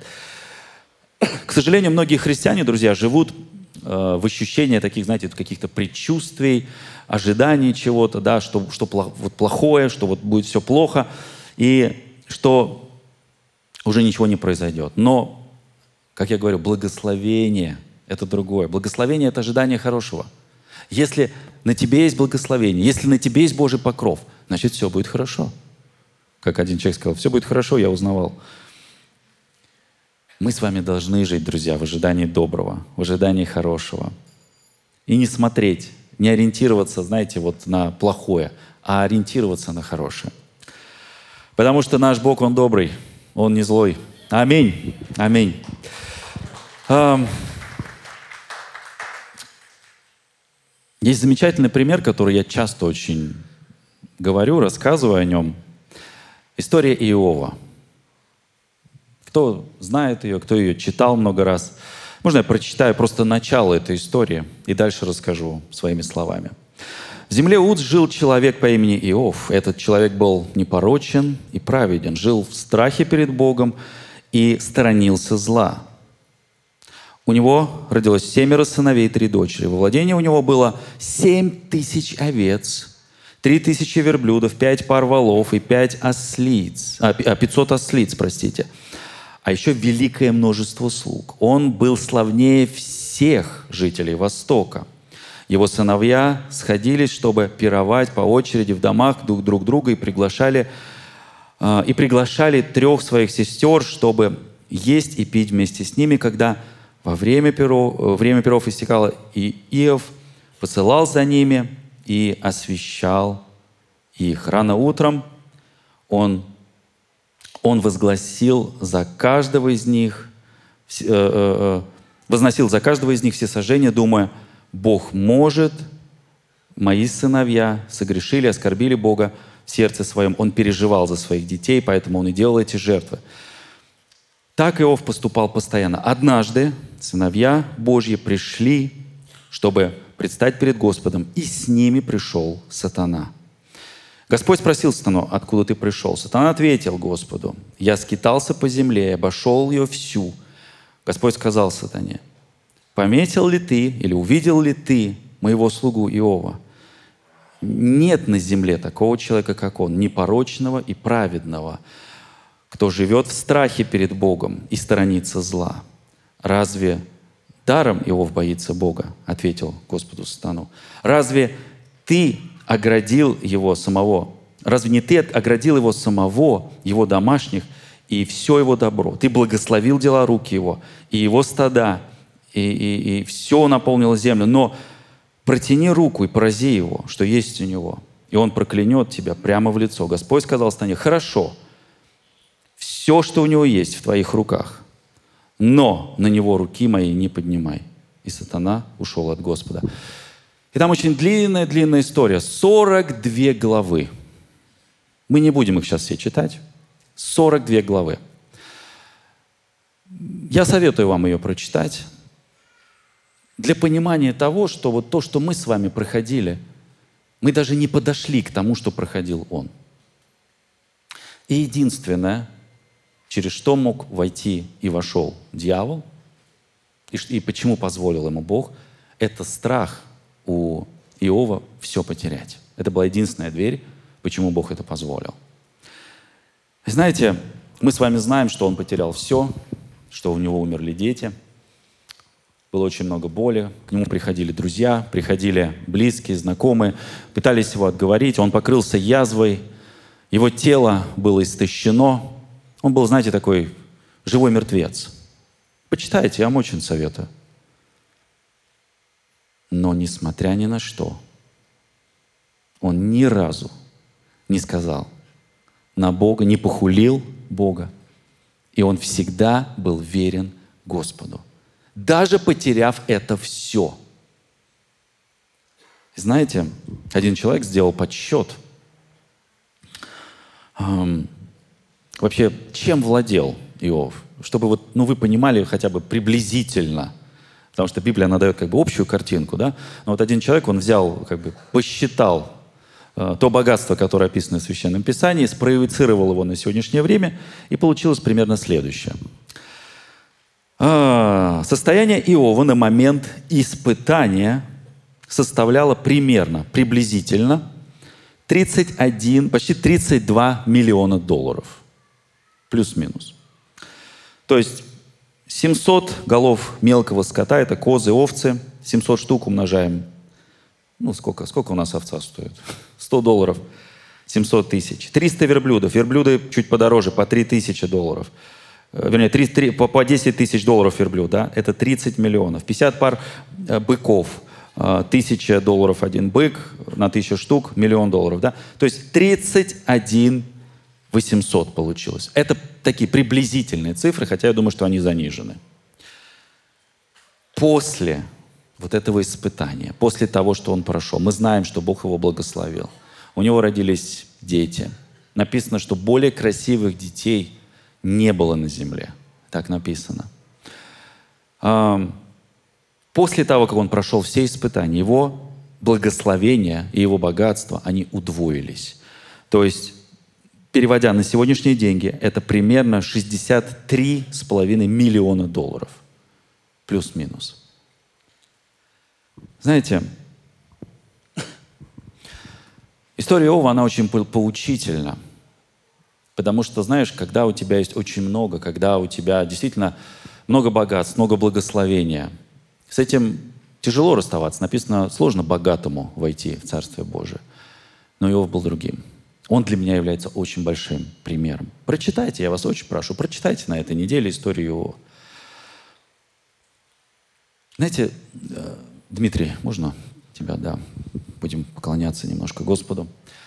К сожалению, многие христиане, друзья, живут э, в ощущении таких, знаете, каких-то предчувствий, ожиданий чего-то, да, что, что вот плохое, что вот будет все плохо, и что уже ничего не произойдет. Но, как я говорю, благословение — это другое. Благословение — это ожидание хорошего. Если на тебе есть благословение, если на тебе есть Божий покров, значит, все будет хорошо. Как один человек сказал: все будет хорошо, я узнавал. Мы с вами должны жить, друзья, в ожидании доброго, в ожидании хорошего. И не смотреть, не ориентироваться, знаете, вот на плохое, а ориентироваться на хорошее. Потому что наш Бог, Он добрый, Он не злой. Аминь. Аминь. Um, есть замечательный пример, который я часто очень говорю, рассказываю о нем. История Иова. Кто знает ее, кто ее читал много раз. Можно я прочитаю просто начало этой истории и дальше расскажу своими словами. В земле Уц жил человек по имени Иов. Этот человек был непорочен и праведен, жил в страхе перед Богом и сторонился зла. У него родилось семеро сыновей и три дочери. Во владении у него было семь тысяч овец, три тысячи верблюдов, пять пар волов и пять ослиц, а, пятьсот ослиц, простите. А еще великое множество слуг. Он был славнее всех жителей Востока. Его сыновья сходились, чтобы пировать по очереди в домах друг друг друга и приглашали, э, и приглашали трех своих сестер, чтобы есть и пить вместе с ними, когда во время перов, время перов истекало, и Иов посылал за ними и освещал их. Рано утром он Он возгласил за каждого из них, э, э, возносил за каждого из них всесожжение, думая: Бог может, мои сыновья согрешили, оскорбили Бога, в сердце своем, он переживал за своих детей, поэтому он и делал эти жертвы. Так Иов поступал постоянно. Однажды сыновья Божьи пришли, чтобы предстать перед Господом, и с ними пришел сатана. Господь спросил сатану: откуда ты пришел? Сатана ответил Господу: я скитался по земле, и обошел ее всю. Господь сказал сатане: пометил ли ты или увидел ли ты моего слугу Иова? Нет на земле такого человека, как он, непорочного и праведного, кто живет в страхе перед Богом и сторонится зла. Разве даром Иов боится Бога? Ответил Господу сатану. Разве ты оградил его самого? Разве не ты оградил его самого, его домашних и все его добро? Ты благословил дела рук его, и его стада, и, и, и все наполнило землю. Но протяни руку и порази его, что есть у него, и он проклянет тебя прямо в лицо. Господь сказал сатане: хорошо, все, что у него есть, в твоих руках, но на него руки мои не поднимай. И сатана ушел от Господа. И там очень длинная-длинная история. сорок две главы. Мы не будем их сейчас все читать. сорок две главы. Я советую вам ее прочитать для понимания того, что вот то, что мы с вами проходили, мы даже не подошли к тому, что проходил он. И единственное, через что мог войти и вошел дьявол, и, и почему позволил ему Бог, это страх у Иова все потерять. Это была единственная дверь, почему Бог это позволил. Знаете, мы с вами знаем, что он потерял все, что у него умерли дети. Было очень много боли. К нему приходили друзья, приходили близкие, знакомые, пытались его отговорить. Он покрылся язвой, его тело было истощено. Он был, знаете, такой живой мертвец. Почитайте, я вам очень советую. Но несмотря ни на что, он ни разу не сказал на Бога, не похулил Бога. И он всегда был верен Господу, даже потеряв это все. Знаете, один человек сделал подсчет. Эм, вообще, чем владел Иов? Чтобы вот, ну, вы понимали хотя бы приблизительно. Потому что Библия, она дает как бы общую картинку, да? Но вот один человек, он взял, как бы посчитал э, то богатство, которое описано в Священном Писании, спроецировал его на сегодняшнее время, и получилось примерно следующее. А, состояние Иова на момент испытания составляло примерно, приблизительно тридцать один, почти тридцать два миллиона долларов. Плюс-минус. То есть семьсот голов мелкого скота, это козы, овцы, семьсот штук умножаем. Ну, сколько, сколько у нас овца стоит? сто долларов, семьсот тысяч. триста верблюдов. Верблюды чуть подороже, по три тысячи долларов. Вернее, три, три, по, по десять тысяч долларов верблюд, да? Это тридцать миллионов. пятьдесят пар э, быков. Тысяча долларов один бык, на тысячу штук миллион долларов, да? То есть тридцать один восемьсот получилось. Это такие приблизительные цифры, хотя я думаю, что они занижены. После вот этого испытания, после того, что он прошел, мы знаем, что Бог его благословил. У него родились дети. Написано, что более красивых детей не было на земле. Так написано. После того, как он прошел все испытания, его благословения и его богатства, они удвоились. То есть, переводя на сегодняшние деньги, это примерно шестьдесят три с половиной миллиона долларов. Плюс-минус. Знаете, история Иова, она очень поучительна. Потому что, знаешь, когда у тебя есть очень много, когда у тебя действительно много богатств, много благословения, с этим тяжело расставаться. Написано, сложно богатому войти в Царствие Божие. Но Иов был другим. Он для меня является очень большим примером. Прочитайте, я вас очень прошу, прочитайте на этой неделе историю Иова. Знаете, Дмитрий, можно тебя, да, будем поклоняться немножко Господу.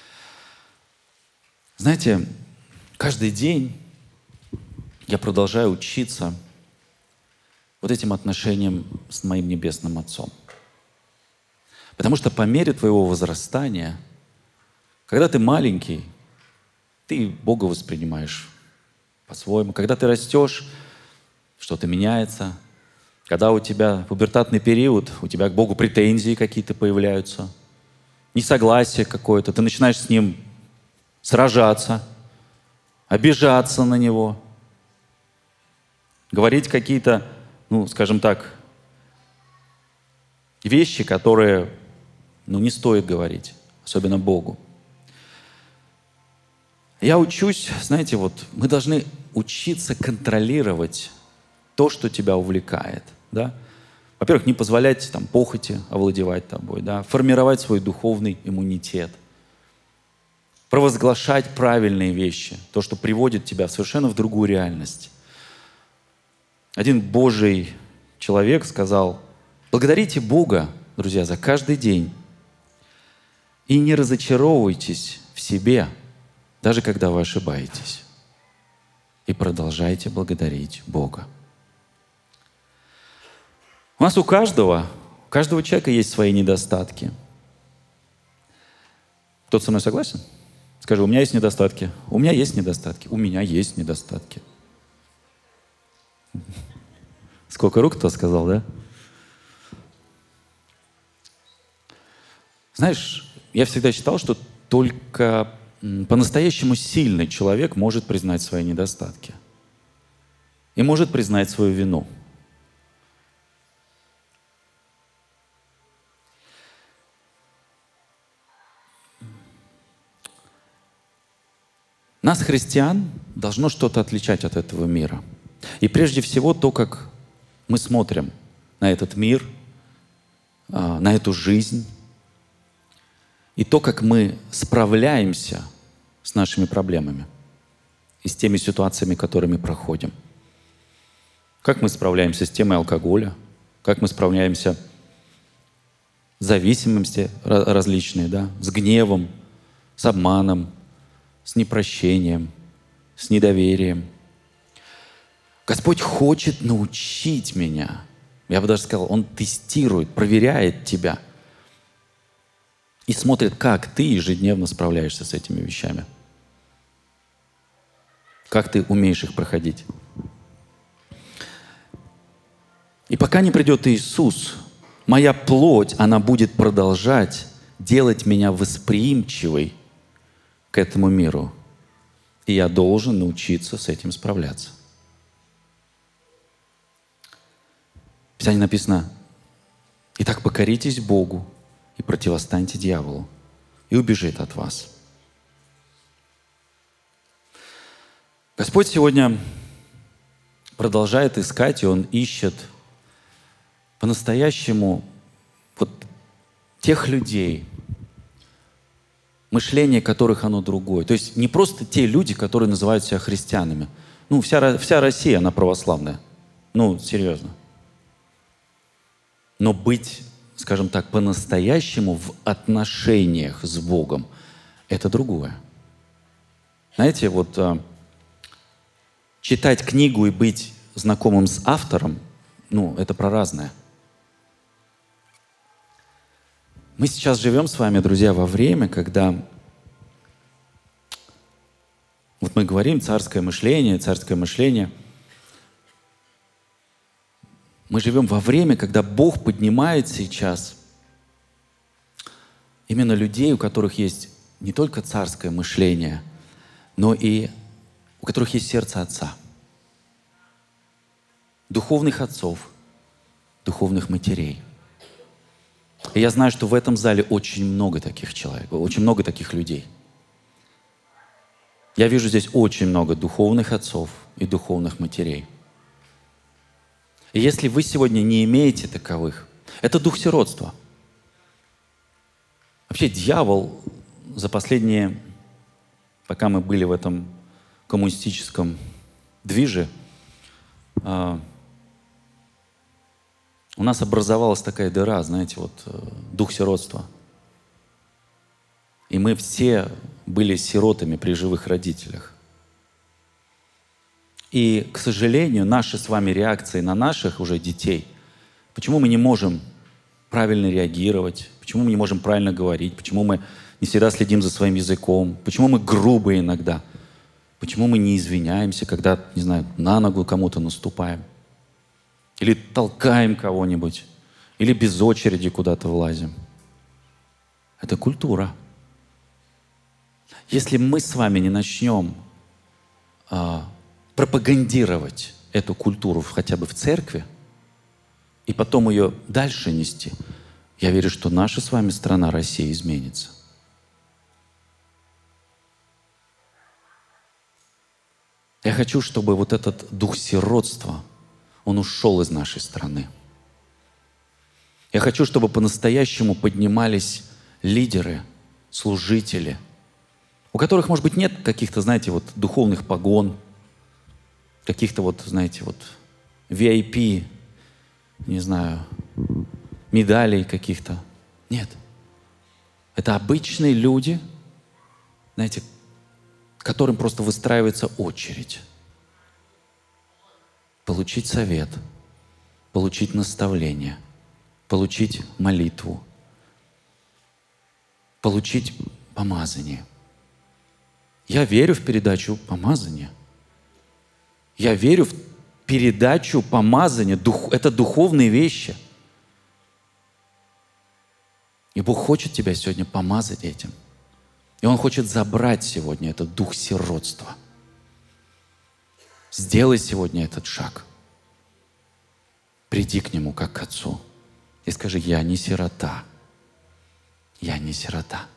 Знаете, каждый день я продолжаю учиться вот этим отношением с моим Небесным Отцом. Потому что по мере твоего возрастания Когда ты маленький, ты Бога воспринимаешь по-своему. Когда ты растешь, что-то меняется. Когда у тебя пубертатный период, у тебя к Богу претензии какие-то появляются, несогласие какое-то, ты начинаешь с Ним сражаться, обижаться на Него, говорить какие-то, ну, скажем так, вещи, которые, ну, не стоит говорить, особенно Богу. Я учусь, знаете, вот мы должны учиться контролировать то, что тебя увлекает, да? Во-первых, не позволять там похоти овладевать тобой, да? Формировать свой духовный иммунитет, провозглашать правильные вещи, то, что приводит тебя совершенно в другую реальность. Один Божий человек сказал: благодарите Бога, друзья, за каждый день и не разочаровывайтесь в себе, даже когда вы ошибаетесь. И продолжайте благодарить Бога. У нас у каждого, у каждого человека есть свои недостатки. Кто-то со мной согласен? Скажи, у меня есть недостатки. У меня есть недостатки. У меня есть недостатки. Сколько рук кто сказал, да? Знаешь, я всегда считал, что только по-настоящему сильный человек может признать свои недостатки и может признать свою вину. Нас, христиан, должно что-то отличать от этого мира. И прежде всего то, как мы смотрим на этот мир, на эту жизнь, и то, как мы справляемся с нашими проблемами и с теми ситуациями, которыми проходим. Как мы справляемся с темой алкоголя, как мы справляемся с зависимостью различные, да, с гневом, с обманом, с непрощением, с недоверием. Господь хочет научить меня. Я бы даже сказал, Он тестирует, проверяет тебя и смотрит, как ты ежедневно справляешься с этими вещами. Как ты умеешь их проходить. И пока не придет Иисус, моя плоть, она будет продолжать делать меня восприимчивой к этому миру. И я должен научиться с этим справляться. В Писании написано: «Итак, покоритесь Богу и противостаньте дьяволу, и убежит от вас». Господь сегодня продолжает искать, и Он ищет по-настоящему вот тех людей, мышление которых оно другое. То есть не просто те люди, которые называют себя христианами. Ну, вся, вся Россия, она православная. Ну, серьезно. Но быть, скажем так, по-настоящему в отношениях с Богом — это другое. Знаете, вот а, читать книгу и быть знакомым с автором, ну, это про разное. Мы сейчас живем с вами, друзья, во время, когда вот мы говорим царское мышление, царское мышление. Мы живем во время, когда Бог поднимает сейчас именно людей, у которых есть не только царское мышление, но и у которых есть сердце Отца. Духовных отцов, духовных матерей. И я знаю, что в этом зале очень много таких человек, очень много таких людей. Я вижу здесь очень много духовных отцов и духовных матерей. И если вы сегодня не имеете таковых, это дух сиротства. Вообще дьявол за последние, пока мы были в этом коммунистическом движе, э, у нас образовалась такая дыра, знаете, вот э, дух сиротства. И мы все были сиротами при живых родителях. И, к сожалению, наши с вами реакции на наших уже детей, почему мы не можем правильно реагировать, почему мы не можем правильно говорить, почему мы не всегда следим за своим языком, почему мы грубые иногда, почему мы не извиняемся, когда, не знаю, на ногу кому-то наступаем, или толкаем кого-нибудь, или без очереди куда-то влазим. Это культура. Если мы с вами не начнем а, пропагандировать эту культуру хотя бы в церкви, и потом ее дальше нести, я верю, что наша с вами страна, Россия, изменится. Я хочу, чтобы вот этот дух сиротства, он ушел из нашей страны. Я хочу, чтобы по-настоящему поднимались лидеры, служители, у которых, может быть, нет каких-то, знаете, вот духовных погон, каких-то вот, знаете, вот ви ай пи, не знаю, медалей каких-то. Нет. Это обычные люди, знаете, которым просто выстраивается очередь. Получить совет, получить наставление, получить молитву, получить помазание. Я верю в передачу помазания. Я верю в передачу помазания. Дух, это духовные вещи. И Бог хочет тебя сегодня помазать этим. И Он хочет забрать сегодня этот дух сиротства. Сделай сегодня этот шаг. Приди к Нему, как к Отцу. И скажи: я не сирота. Я не сирота.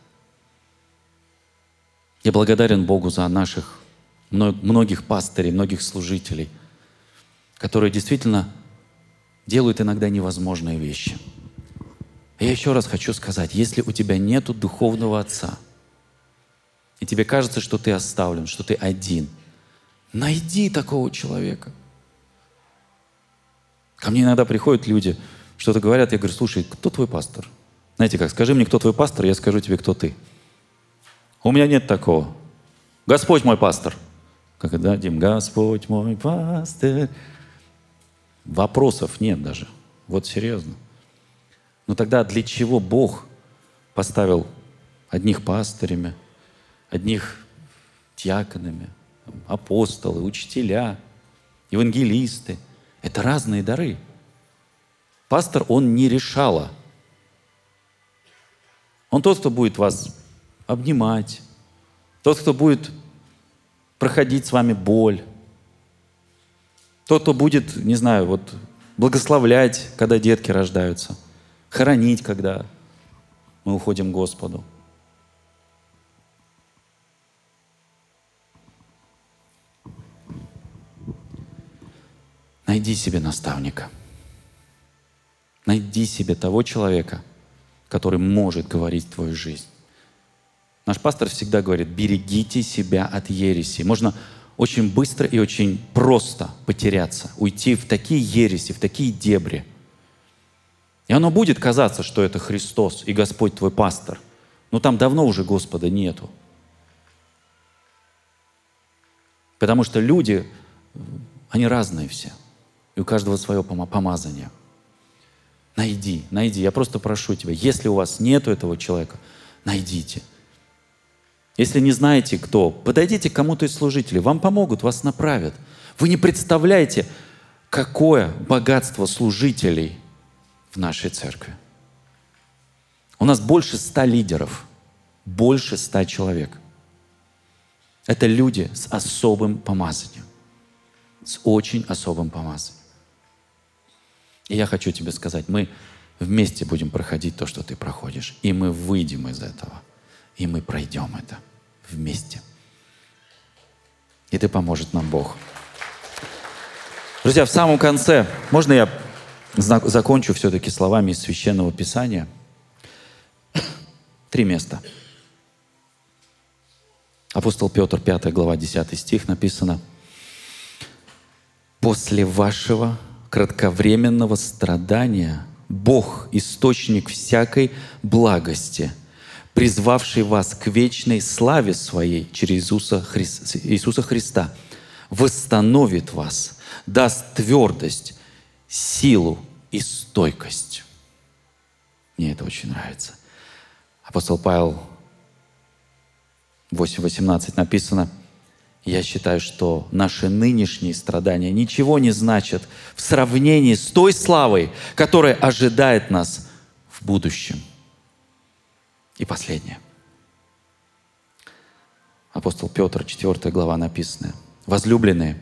Я благодарен Богу за наших многих пастырей, многих служителей, которые действительно делают иногда невозможные вещи. И я еще раз хочу сказать, если у тебя нету духовного отца, и тебе кажется, что ты оставлен, что ты один, найди такого человека. Ко мне иногда приходят люди, что-то говорят, я говорю: слушай, кто твой пастор? Знаете как, скажи мне, кто твой пастор, я скажу тебе, кто ты. У меня нет такого. Господь мой пастор. Как это, Дим? Господь мой пастор. Вопросов нет даже. Вот серьезно. Но тогда для чего Бог поставил одних пастырями, одних диаконами, апостолы, учителя, евангелисты? Это разные дары. Пастор, он не решала. Он тот, кто будет вас обнимать, тот, кто будет проходить с вами боль, тот, кто будет, не знаю, вот благословлять, когда детки рождаются, хоронить, когда мы уходим к Господу. Найди себе наставника. Найди себе того человека, который может говорить в твою жизнь. Наш пастор всегда говорит: берегите себя от ереси. Можно очень быстро и очень просто потеряться, уйти в такие ереси, в такие дебри. И оно будет казаться, что это Христос и Господь твой пастор. Но там давно уже Господа нету. Потому что люди, они разные все. И у каждого свое помазание. Найди, найди. Я просто прошу тебя, если у вас нету этого человека, найдите. Если не знаете, кто, подойдите к кому-то из служителей. Вам помогут, вас направят. Вы не представляете, какое богатство служителей в нашей церкви. У нас больше ста лидеров, больше ста человек. Это люди с особым помазанием, с очень особым помазанием. И я хочу тебе сказать, мы вместе будем проходить то, что ты проходишь, и мы выйдем из этого, и мы пройдем это вместе. И да поможет нам Бог. Друзья, в самом конце, можно я закончу все-таки словами из Священного Писания? Три места. Апостол Петр, пятая глава, десятый стих, написано: «После вашего кратковременного страдания Бог, источник всякой благости, призвавший вас к вечной славе Своей через Иисуса, Хри... Иисуса Христа, восстановит вас, даст твердость, силу и стойкость». Мне это очень нравится. Апостол Павел восемь восемнадцать написано: «Я считаю, что наши нынешние страдания ничего не значат в сравнении с той славой, которая ожидает нас в будущем». И последнее. Апостол Петр, четвёртая глава, написано: «Возлюбленные,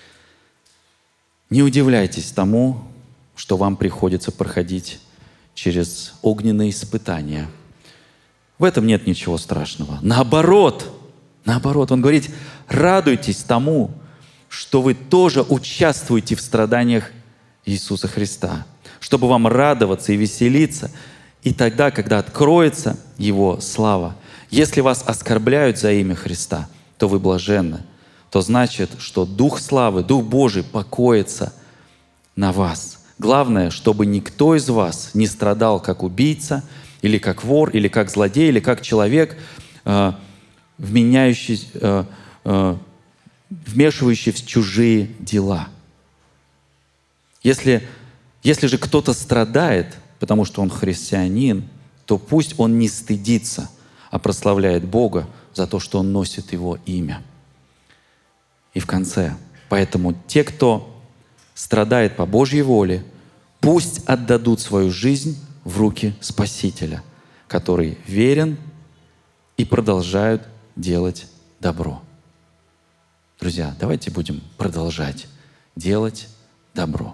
не удивляйтесь тому, что вам приходится проходить через огненные испытания. В этом нет ничего страшного. Наоборот, наоборот, он говорит, радуйтесь тому, что вы тоже участвуете в страданиях Иисуса Христа, чтобы вам радоваться и веселиться, и тогда, когда откроется Его слава. Если вас оскорбляют за имя Христа, то вы блаженны. То значит, что Дух славы, Дух Божий покоится на вас. Главное, чтобы никто из вас не страдал как убийца, или как вор, или как злодей, или как человек, э, вменяющий, э, э, вмешивающий в чужие дела. Если, если же кто-то страдает, потому что он христианин, то пусть он не стыдится, а прославляет Бога за то, что он носит Его имя. И в конце, поэтому те, кто страдает по Божьей воле, пусть отдадут свою жизнь в руки Спасителя, который верен и продолжают делать добро. Друзья, давайте будем продолжать делать добро.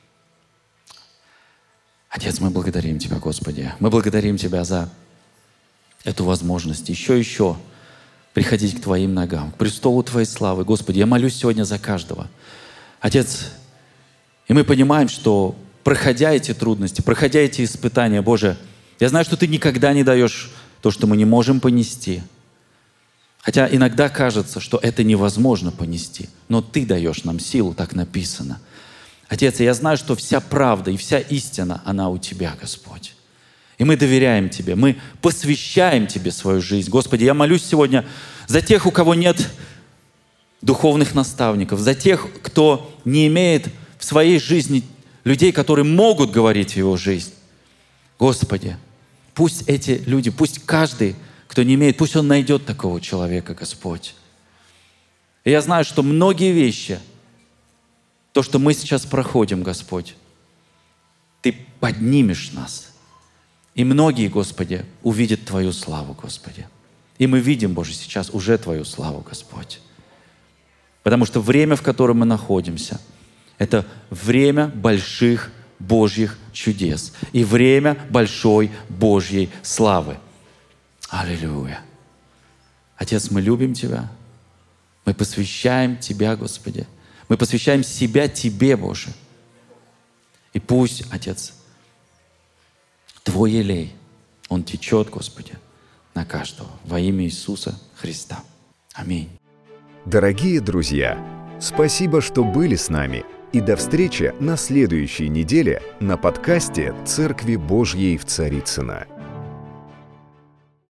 Отец, мы благодарим Тебя, Господи. Мы благодарим Тебя за эту возможность еще и еще приходить к Твоим ногам, к престолу Твоей славы. Господи, я молюсь сегодня за каждого. Отец, и мы понимаем, что проходя эти трудности, проходя эти испытания, Боже, я знаю, что Ты никогда не даешь то, что мы не можем понести. Хотя иногда кажется, что это невозможно понести, но Ты даешь нам силу, так написано. Отец, я знаю, что вся правда и вся истина, она у Тебя, Господь. И мы доверяем Тебе, мы посвящаем Тебе свою жизнь. Господи, я молюсь сегодня за тех, у кого нет духовных наставников, за тех, кто не имеет в своей жизни людей, которые могут говорить в его жизнь. Господи, пусть эти люди, пусть каждый, кто не имеет, пусть он найдет такого человека, Господь. И я знаю, что многие вещи, то, что мы сейчас проходим, Господь, Ты поднимешь нас. И многие, Господи, увидят Твою славу, Господи. И мы видим, Боже, сейчас уже Твою славу, Господь. Потому что время, в котором мы находимся, это время больших Божьих чудес и время большой Божьей славы. Аллилуйя. Отец, мы любим Тебя. Мы посвящаем Тебя, Господи. Мы посвящаем себя Тебе, Боже. И пусть, Отец, Твой елей, он течет, Господи, на каждого во имя Иисуса Христа. Аминь. Дорогие друзья, спасибо, что были с нами. И до встречи на следующей неделе на подкасте «Церкви Божьей в Царицыно».